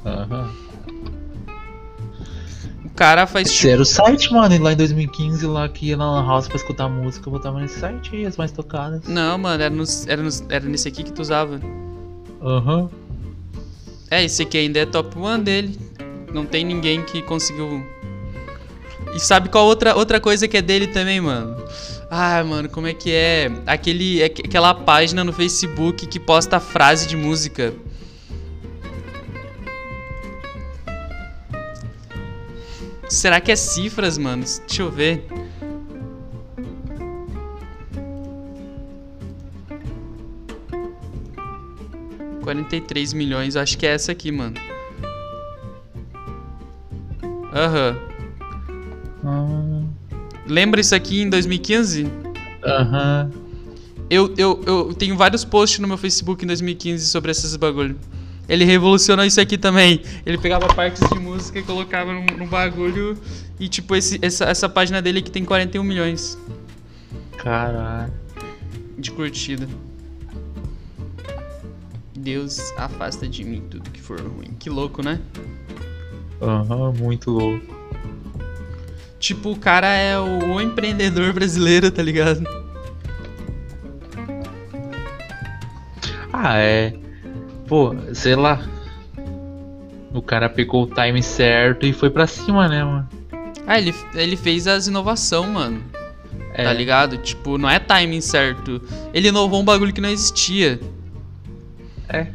O cara faz... Esse era o site, mano, lá em 2015, lá que ia na Lan House pra escutar música, eu botava nesse site aí, as mais tocadas. Não, mano, era nesse aqui que tu usava. Esse aqui ainda é top 1 dele. Não tem ninguém que conseguiu... E sabe qual outra coisa que é dele também, mano? Mano, como é que é? Aquela página no Facebook que posta frase de música. Será que é Cifras, mano? Deixa eu ver. $43 milhões, acho que é essa aqui, mano. Lembra isso aqui em 2015? Eu tenho vários posts no meu Facebook em 2015 sobre esses bagulho. Ele revolucionou isso aqui também. Ele pegava partes de música e colocava no bagulho. E tipo, essa página dele aqui tem 41 milhões. Caralho. De curtida. Deus afasta de mim tudo que for ruim. Que louco, né? Aham, muito louco. Tipo, o cara é o empreendedor brasileiro, tá ligado? Ah, é. Pô, sei lá. O cara pegou o time certo e foi pra cima, né, mano? Ah, ele fez as inovações, mano. É. Tá ligado? Tipo, não é timing certo. Ele inovou um bagulho que não existia. É.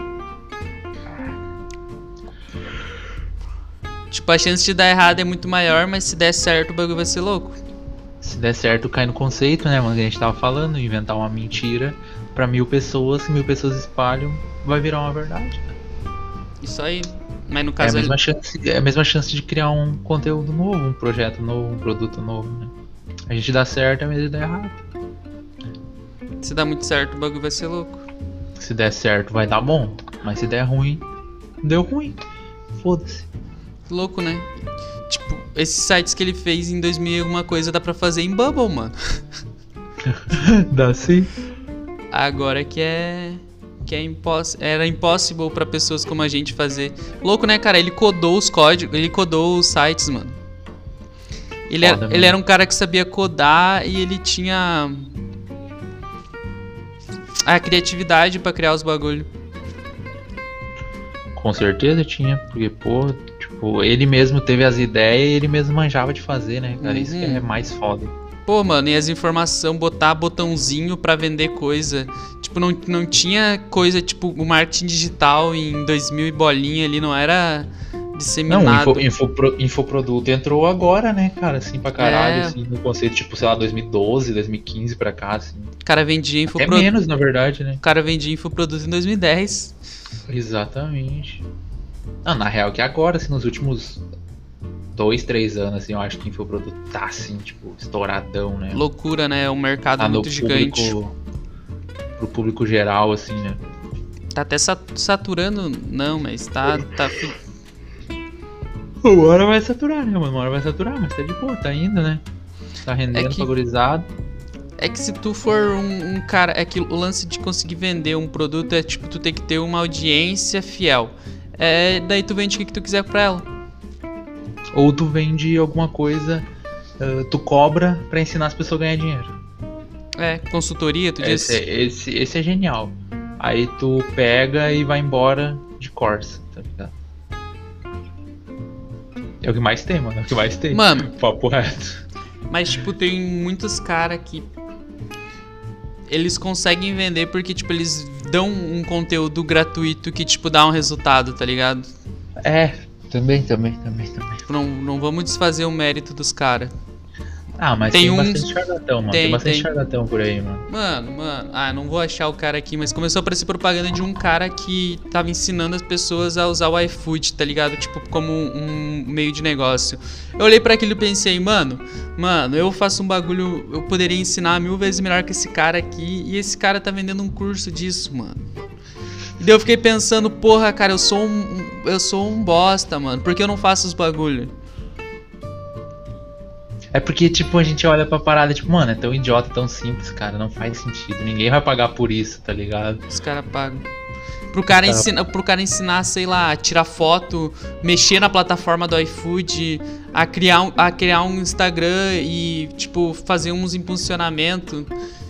Tipo, a chance de dar errado é muito maior, mas se der certo o bagulho vai ser louco. Se der certo, cai no conceito, né, mano? Que a gente tava falando, inventar uma mentira pra 1000 pessoas, se 1000 pessoas espalham, vai virar uma verdade. Isso aí. Mas no É a caso mesma chance de criar um conteúdo novo, um projeto novo, um produto novo, né? A gente dá certo, é mesmo de dar errado. se dá muito certo o bagulho vai ser louco. Se der certo, vai dar bom. Mas se der ruim, deu ruim. Foda-se. Louco, né? Tipo, esses sites que ele fez em 2000 e alguma coisa dá pra fazer em Bubble, mano. Dá sim. Agora que era impossível pra pessoas como a gente fazer. Louco, né, cara? Ele codou os códigos, ele codou os sites, mano. Ele era um cara que sabia codar e ele tinha a criatividade pra criar os bagulho. Com certeza tinha, porque, pô, tipo, ele mesmo teve as ideias e ele mesmo manjava de fazer, né, cara? Isso que é mais foda. Pô, mano, e as informações, botar botãozinho pra vender coisa. Tipo, não tinha coisa, tipo, o marketing digital em 2000 e bolinha ali, não era disseminado. Não, infoproduto entrou agora, né, cara, assim, pra caralho, assim, no conceito, tipo, sei lá, 2012, 2015 pra cá, assim. O cara vendia infoproduto. É menos, na verdade, né? O cara vendia infoproduto em 2010. Exatamente. Não, na real que agora, assim, nos últimos 2, 3 anos, assim, eu acho que o infoproduto tá, assim, tipo, estouradão, né? Loucura, né? É um mercado muito gigante. Pro público geral, assim, né? Tá até saturando, não, mas tá... Uma hora vai saturar, né, mano? Uma hora vai saturar, mas tá de boa, tá indo, né? Tá rendendo, favorizado. É que se tu for um cara... É que o lance de conseguir vender um produto é, tipo, tu tem que ter uma audiência fiel. Daí tu vende o que tu quiser pra ela. Ou tu vende alguma coisa, tu cobra pra ensinar as pessoas a ganhar dinheiro. Consultoria, tu diz? Esse é genial. Aí tu pega e vai embora de Corsa, tá ligado? É o que mais tem, mano. É o que mais tem. Mano. Papo reto. Mas, tipo, tem muitos caras que eles conseguem vender porque, tipo, eles dão um conteúdo gratuito que, tipo, dá um resultado, tá ligado? Também. Tipo, não vamos desfazer o mérito dos caras. Ah, mas tem bastante charlatão, mano. Tem bastante charlatão por aí, mano. Mano. Ah, não vou achar o cara aqui, mas começou a aparecer propaganda de um cara que tava ensinando as pessoas a usar o iFood, tá ligado? Tipo, como um meio de negócio. Eu olhei pra aquilo e pensei, mano, eu faço um bagulho, eu poderia ensinar 1000 vezes melhor que esse cara aqui, e esse cara tá vendendo um curso disso, mano. E daí eu fiquei pensando, porra, cara, eu sou um bosta, mano. Por que eu não faço os bagulho? É porque, tipo, a gente olha pra parada, tipo, mano, é tão idiota, tão simples, cara, não faz sentido. Ninguém vai pagar por isso, tá ligado? Os caras pagam. Pro cara ensinar, sei lá, a tirar foto, mexer na plataforma do iFood, a criar um Instagram e, tipo, fazer uns impulsionamentos.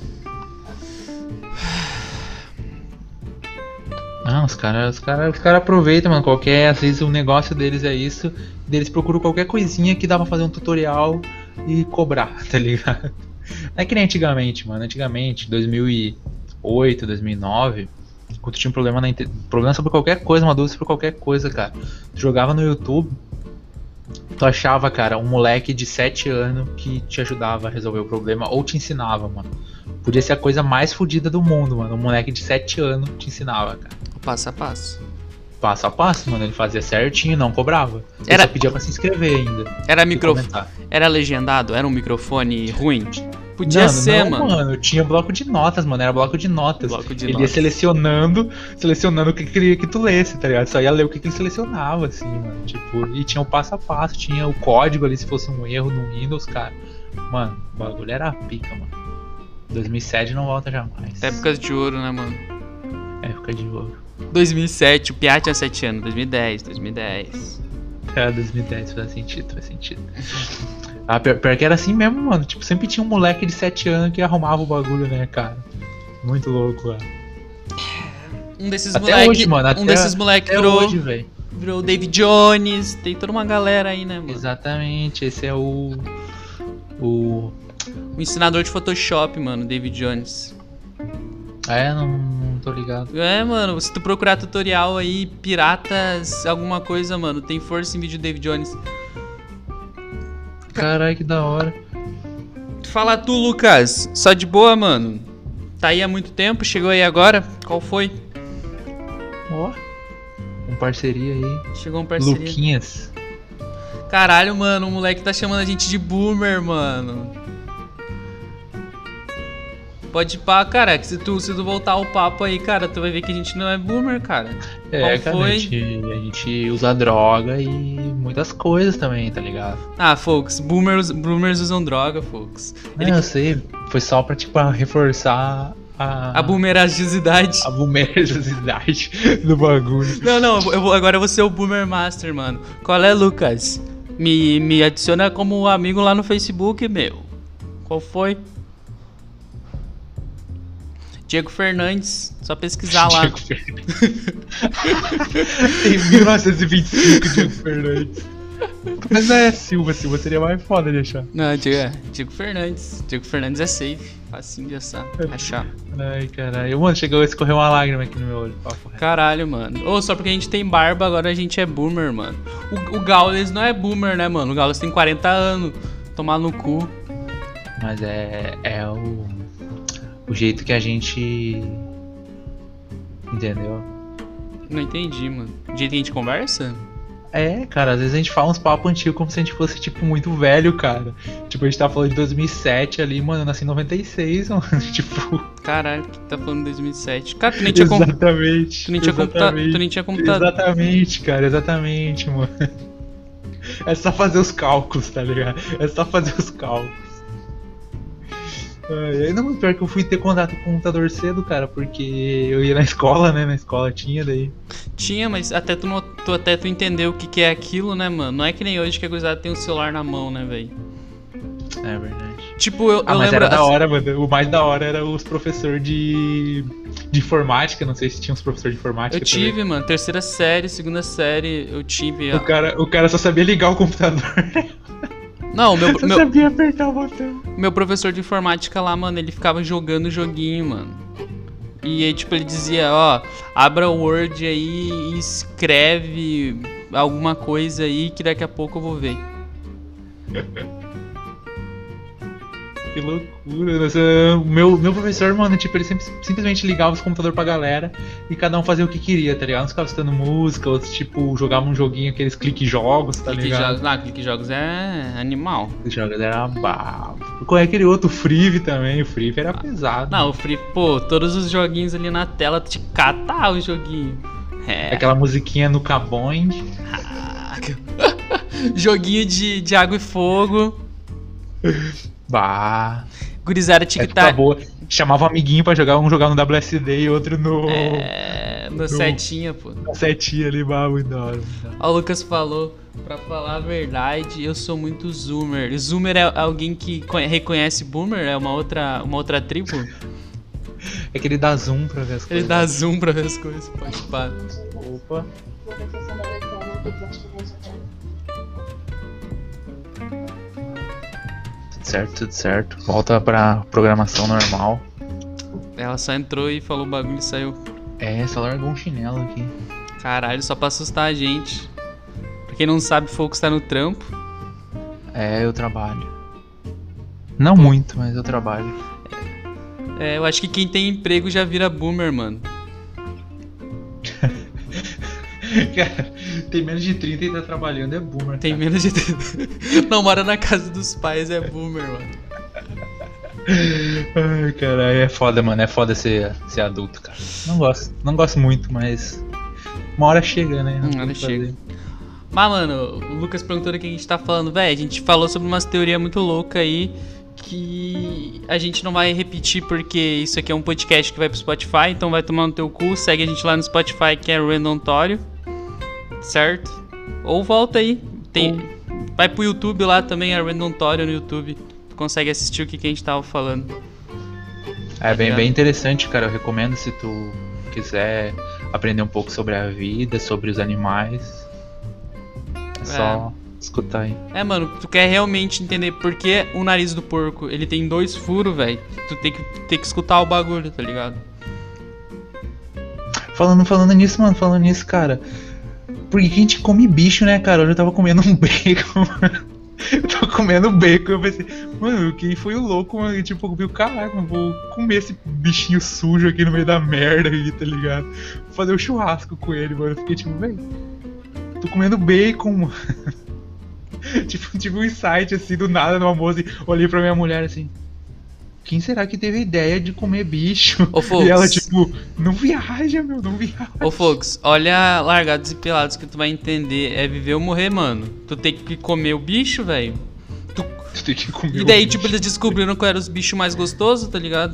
Não, os caras aproveitam, mano, às vezes o negócio deles é isso, eles procuram qualquer coisinha que dá pra fazer um tutorial e cobrar, tá ligado? Não é que nem antigamente, mano, 2008, 2009, quando tinha um problema sobre qualquer coisa, uma dúvida sobre qualquer coisa, cara, tu jogava no YouTube, tu achava, cara, um moleque de 7 anos que te ajudava a resolver o problema ou te ensinava, mano. Podia ser a coisa mais fodida do mundo, mano. Um moleque de 7 anos te ensinava, cara. Passo a passo. Passo a passo, mano. Ele fazia certinho, não cobrava. Ele só pedia pra se inscrever ainda. Era legendado? Era um microfone ruim? Podia ser, mano. Tinha bloco de notas, mano. Era bloco de notas. Ele ia notas. selecionando o que queria que tu lesse, tá ligado? Só ia ler o que ele selecionava, assim, mano. Tipo, e tinha o passo a passo, tinha o código ali se fosse um erro no Windows, cara. Mano, o bagulho era pica, mano. 2007 não volta jamais. Épocas de ouro, né, mano? Época de ouro. 2007, o Piá tinha 7 anos. 2010. É, 2010 faz sentido. Ah, pior que era assim mesmo, mano. Tipo, sempre tinha um moleque de 7 anos que arrumava o bagulho, né, cara? Muito louco, cara. Um desses Até moleque, hoje, mano. um desses moleque até virou, hoje, velho. virou o David Jones. Tem toda uma galera aí, né, mano? Exatamente, esse é o O ensinador de Photoshop, mano, David Jones. não tô ligado. É, mano, se tu procurar tutorial aí, piratas, alguma coisa, mano, tem força em vídeo David Jones. Caralho, que da hora. Fala tu, Lucas. Só de boa, mano. Tá aí há muito tempo, chegou aí agora? Qual foi? Ó, com parceria aí. Chegou um parceria. Luquinhas. Caralho, mano, o moleque tá chamando a gente de boomer, mano. Pode ir pá, cara, que se tu voltar ao papo aí, cara, tu vai ver que a gente não é boomer, cara. É, Qual cara, foi? a gente usa droga e muitas coisas também, tá ligado? Ah, folks, boomers usam droga, folks. Não, eu sei, foi só pra, tipo, reforçar A boomeragicidade. a boomerosidade do bagulho. Não, agora eu vou ser o Boomer Master, mano. Qual é, Lucas? Me adiciona como amigo lá no Facebook, meu. Qual foi? Diego Fernandes, só pesquisar lá. Diego Fernandes. Em 1925, Diego Fernandes. Mas é Silva seria mais foda de achar. Não, Diego Fernandes. Diego Fernandes é safe, facinho de achar. Ai, caralho. Mano, chegou a escorrer uma lágrima aqui no meu olho. Papo reto. Caralho, mano. Ô, só porque a gente tem barba, agora a gente é boomer, mano. O Gaules não é boomer, né, mano? O Gaules tem 40 anos. Tomar no cu. Mas é o jeito que a gente... Entendeu? Não entendi, mano. O jeito que a gente conversa? É, cara, às vezes a gente fala uns papos antigos como se a gente fosse, tipo, muito velho, cara. Tipo, a gente tá falando de 2007 ali, mano, eu nasci em 96, mano, tipo... Caralho, que tá falando de 2007. Cara, tu nem tinha Exatamente. Tu nem tinha computador. Exatamente, cara, exatamente, mano. É só fazer os cálculos, tá ligado? É só fazer os cálculos. Ainda muito pior que eu fui ter contato com o computador cedo, cara, porque eu ia na escola, né? Na escola tinha, daí. Tinha, mas até tu entender o que é aquilo, né, mano? Não é que nem hoje que a gurizada tem um celular na mão, né, velho? É verdade. Tipo, eu mas lembro. Era da hora, mano. O mais da hora era os professores de informática. Não sei se tinha uns professores de informática. Eu tive, mano. Terceira série, segunda série, eu tive. O cara só sabia ligar o computador. Não, Só sabia apertar o botão. Meu professor de informática lá, mano, ele ficava jogando joguinho, mano. E aí, tipo, ele dizia, ó, abra o Word aí e escreve alguma coisa aí que daqui a pouco eu vou ver. Que loucura. Nossa, meu professor, mano, tipo, ele simplesmente ligava os computadores pra galera e cada um fazia o que queria, tá ligado? Uns ficavam escutando música, outros, tipo, jogavam um joguinho, aqueles clique-jogos, tá ligado? Clique-jogos é animal. Clique-jogos era brabo. Qual é aquele outro? O Free também. O Free era pesado. Não, o Free, pô, todos os joguinhos ali na tela, te catar o joguinho. É. Aquela musiquinha no Caboing. Joguinho de água e fogo. Bah. Gurizada tic-tac. Boa. Chamava um amiguinho pra jogar, um jogar no WSD e outro no. No setinha, pô. Na setinha ali, bah, muito da hora. Ó, o Lucas falou, pra falar a verdade, eu sou muito zoomer. Zoomer é alguém que reconhece boomer? É uma outra tribo? É que ele dá zoom pra ver as coisas. Ele dá zoom pra ver as coisas, pode pá. Opa. Tudo certo. Volta pra programação normal. Ela só entrou e falou o bagulho e saiu. É, só largou um chinelo aqui. Caralho, só pra assustar a gente. Pra quem não sabe, Focus tá no trampo. É, eu trabalho. Não muito, mas eu trabalho. É, eu acho que quem tem emprego já vira boomer, mano. Cara, tem menos de 30 e tá trabalhando, é boomer. Tem menos de 30. Não mora na casa dos pais, é boomer, mano. Ai, caralho, é foda, mano. É foda ser adulto, cara. Não gosto muito, mas uma hora chega, né? Uma hora chega. Mas, mano, o Lucas perguntou o que a gente tá falando, velho. A gente falou sobre umas teorias muito loucas aí que a gente não vai repetir porque isso aqui é um podcast que vai pro Spotify, então vai tomar no teu cu. Segue a gente lá no Spotify, que é Randontório, certo? Ou volta aí. Vai pro YouTube lá também, é Randontório no YouTube. Tu consegue assistir o que a gente tava falando. É bem interessante, cara. Eu recomendo se tu quiser aprender um pouco sobre a vida, sobre os animais. É só escutar aí. É, mano, tu quer realmente entender por que o nariz do porco ele tem 2 furos, velho. Tu tem que escutar o bagulho, tá ligado? Falando nisso, cara. Por que a gente come bicho, né, cara? Hoje eu tava comendo um bacon, mano. Eu tava comendo bacon e eu pensei, mano, quem foi o louco, mano? E, tipo, eu vi, caraca, vou comer esse bichinho sujo aqui no meio da merda aí, tá ligado? Vou fazer um churrasco com ele, mano. Eu fiquei tipo, velho, tô comendo bacon, mano. Tipo um insight assim do nada no almoço. Olhei pra minha mulher assim. Quem será que teve a ideia de comer bicho? Ô, Fox. E ela tipo, não viaja, meu, não viaja. Ô, Fox, olha Largados e Pelados que tu vai entender. É viver ou morrer, mano. Tu tem que comer o bicho, velho. Tu tem que comer. E daí, o tipo, bicho. eles descobriram qual era os bichos mais gostosos, tá ligado?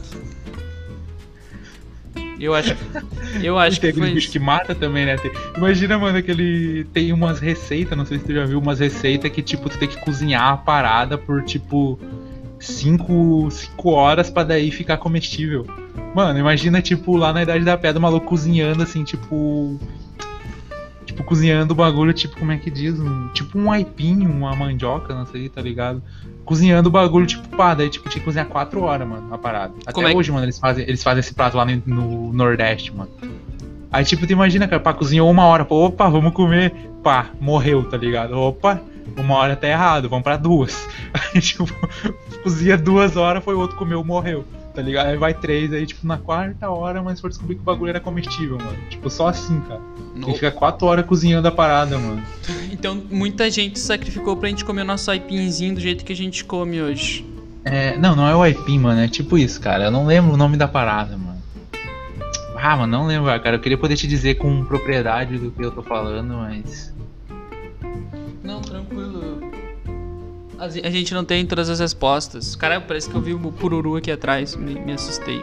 Eu acho Tem que aquele foi bicho isso. que mata também, né? Imagina, mano, tem umas receitas, não sei se tu já viu, umas receitas que, tipo, tu tem que cozinhar a parada por, tipo, 5 horas pra daí ficar comestível. Mano, imagina, tipo, lá na Idade da Pedra, o maluco cozinhando, assim, tipo, cozinhando o bagulho, tipo, como é que diz? Tipo um aipim, uma mandioca, não sei, tá ligado? Cozinhando o bagulho, tipo, pá, daí, tipo, tinha que cozinhar 4 horas, mano, a parada. Como Até é hoje, mano, eles fazem esse prato lá no Nordeste, mano. Aí, tipo, tu imagina, cara, pá, cozinhou 1 hora, pô, opa, vamos comer, pá, morreu, tá ligado? Opa, 1 hora tá errado, vamos pra 2. Aí, tipo, cozinha 2 horas, foi o outro comeu, morreu, tá ligado? Aí vai 3, aí, tipo, na 4ª hora, mas for descobrir que o bagulho era comestível, mano. Tipo, só assim, cara. Tem que ficar 4 horas cozinhando a parada, mano. Então, muita gente sacrificou pra gente comer o nosso aipinzinho do jeito que a gente come hoje. Não é o aipim, mano, é tipo isso, cara. Eu não lembro o nome da parada, mano. Ah, mano, não lembro, cara. Eu queria poder te dizer com propriedade do que eu tô falando, mas... Não, tranquilo. A gente não tem todas as respostas. Cara, parece que eu vi o pururu aqui atrás. Me assustei.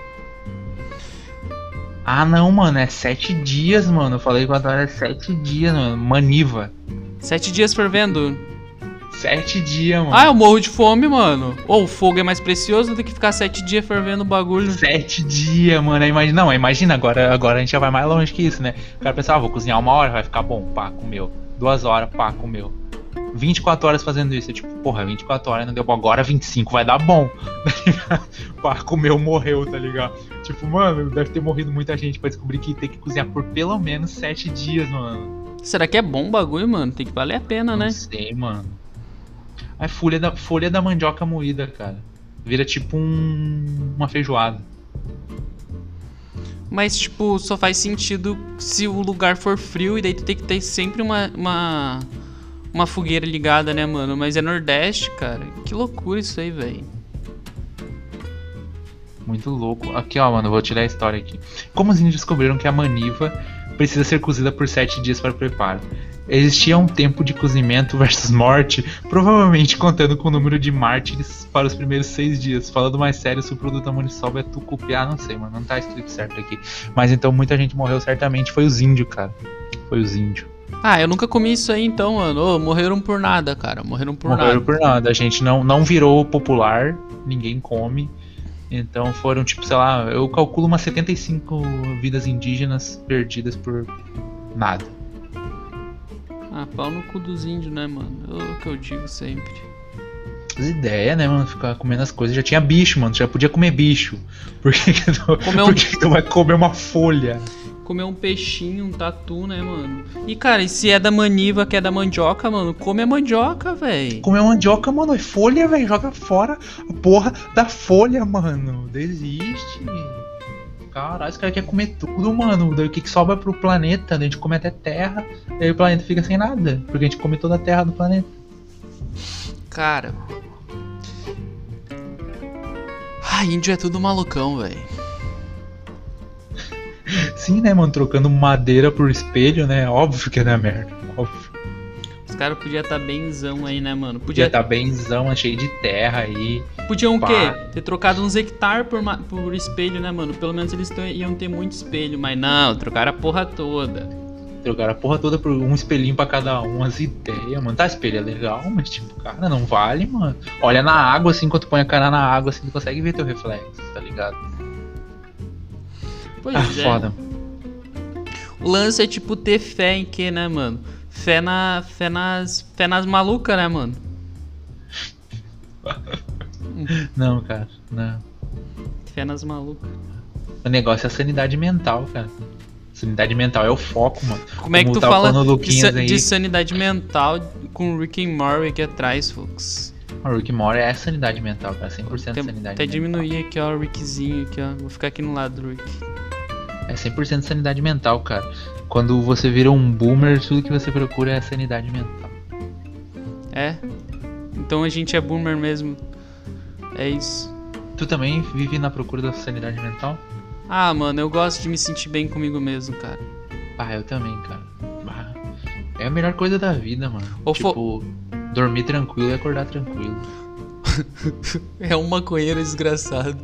Ah, não, mano, é 7 dias, mano. Eu falei 4 horas, é 7 dias, mano. Maniva. 7 dias fervendo. 7 dias, mano. Ah, eu morro de fome, mano. Ou o fogo é mais precioso do que ficar 7 dias fervendo o bagulho. 7 dias, mano. Imagina, agora a gente já vai mais longe que isso, né? O cara pensa, vou cozinhar 1 hora, vai ficar bom, pá, comeu. 2 horas, pá, comeu. 24 horas fazendo isso. Eu, tipo, porra, 24 horas não deu bom. Agora 25 vai dar bom. Pá, comeu, morreu, tá ligado? Tipo, mano, deve ter morrido muita gente pra descobrir que tem que cozinhar por pelo menos 7 dias, mano. Será que é bom o bagulho, mano? Tem que valer a pena, né? Não sei, mano. A folha da mandioca moída, cara. Vira tipo uma feijoada. Mas, tipo, só faz sentido se o lugar for frio e daí tu tem que ter sempre uma fogueira ligada, né, mano? Mas é Nordeste, cara. Que loucura isso aí, velho. Muito louco. Aqui, ó, mano, vou tirar a história aqui. Como os índios descobriram que a maniva precisa ser cozida por 7 dias para o preparo? Existia um tempo de cozimento versus morte, provavelmente contando com o número de mártires para os primeiros 6 dias. Falando mais sério, se o produto da maniçoba é tucupi, não sei, mano, não tá escrito certo aqui. Mas então muita gente morreu certamente, foi os índios, cara. Foi os índios. Ah, eu nunca comi isso aí então, mano. Ô, morreram por nada, cara. Morreram por nada. A gente não virou popular, ninguém come. Então foram, tipo, sei lá, eu calculo umas 75 vidas indígenas perdidas por nada. Ah, pau no cu dos índios, né, mano? É o que eu digo sempre. As ideias, né, mano? Ficar comendo as coisas. Já tinha bicho, mano. Já podia comer bicho. Por que tu vai comer uma folha? Comer um peixinho, um tatu, né, mano? E, cara, e se é da maniva, que é da mandioca, mano? Come a mandioca, velho. Comer mandioca, mano, é folha, velho. Joga fora a porra da folha, mano. Desiste. Caralho, esse cara quer comer tudo, mano. Daí o que sobra pro planeta? Daí a gente come até terra. E aí o planeta fica sem nada. Porque a gente come toda a terra do planeta. Cara, Ah, índio é tudo malucão, velho. Sim, né, mano? Trocando madeira por espelho, né? Óbvio que é da merda. Óbvio. Os caras podiam estar benzão aí, né, mano? Podia tá benzão, cheio de terra aí. Podiam o Pá. quê? Ter trocado uns hectares por espelho, né, mano? Pelo menos eles iam ter muito espelho, mas não, trocaram a porra toda. Trocaram a porra toda por um espelhinho pra cada um, as ideias, mano. Tá, espelho é legal, mas tipo, cara, não vale, mano. Olha na água, assim, quando tu põe a cara na água, assim, tu consegue ver teu reflexo, tá ligado? Pois é. Foda. O lance é tipo ter fé em quê, né, mano? Fé nas malucas, né, mano? Não, cara, não. Fé nas malucas. O negócio é a sanidade mental, cara. Sanidade mental é o foco, mano. Como é que tu tava fala falando o Luquinhas aí. de sanidade mental com o Rick and Morty aqui atrás, folks? O Rick and Morty é sanidade mental, cara. 100% sanidade Até mental. diminuir aqui, ó, o Rickzinho aqui, ó. Vou ficar aqui no lado do Rick. É 100% sanidade mental, cara. Quando você vira um boomer, tudo que você procura é sanidade mental. É? Então a gente é boomer mesmo. É isso. Tu também vive na procura da sanidade mental? Ah, mano, eu gosto de me sentir bem comigo mesmo, cara. Ah, eu também, cara. Ah, é a melhor coisa da vida, mano. Ou tipo, dormir tranquilo e acordar tranquilo. É um maconheiro desgraçado.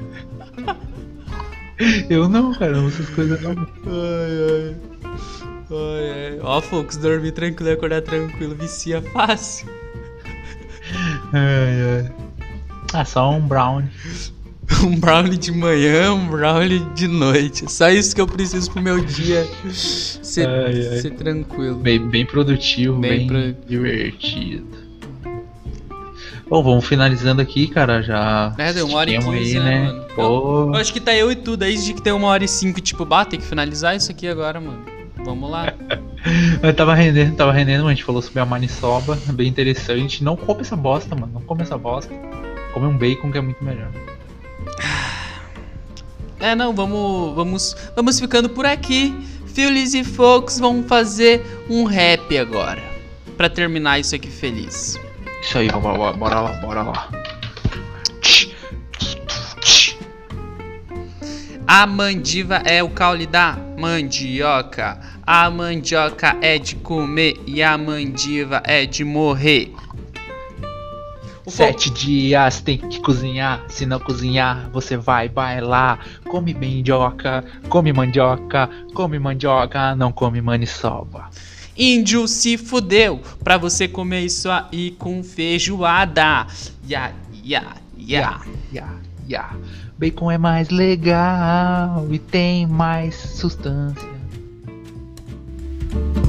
Eu não, cara, não essas coisas não. Ai, ai. Ó, folks, dormir tranquilo e acordar tranquilo vicia fácil. Ai, ai. Ah, só um brownie. Um brownie de manhã, um brownie de noite. Só isso que eu preciso pro meu dia ser tranquilo. Bem produtivo, bem divertido. Bom, vamos finalizando aqui, cara. Já. Deu 1h15 aí, né, mano? Pô. Eu acho que tá eu e tu, desde que tem 1h05, tipo, tem que finalizar isso aqui agora, mano. Vamos lá. Mas tava rendendo, mano. A gente falou sobre a maniçoba, bem interessante. Não come essa bosta, mano. Não come essa bosta. Come um bacon que é muito melhor. Não, vamos ficando por aqui. Phillies e folks vão fazer um rap agora. Pra terminar isso aqui feliz. Isso aí, bora lá. A mandiva é o caule da mandioca. A mandioca é de comer e a mandiva é de morrer. 7 dias tem que cozinhar. Se não cozinhar, você vai bailar. Come mandioca, não come maniçoba. Índio se fudeu pra você comer isso aí com feijoada. Ya. Bacon é mais legal e tem mais substância.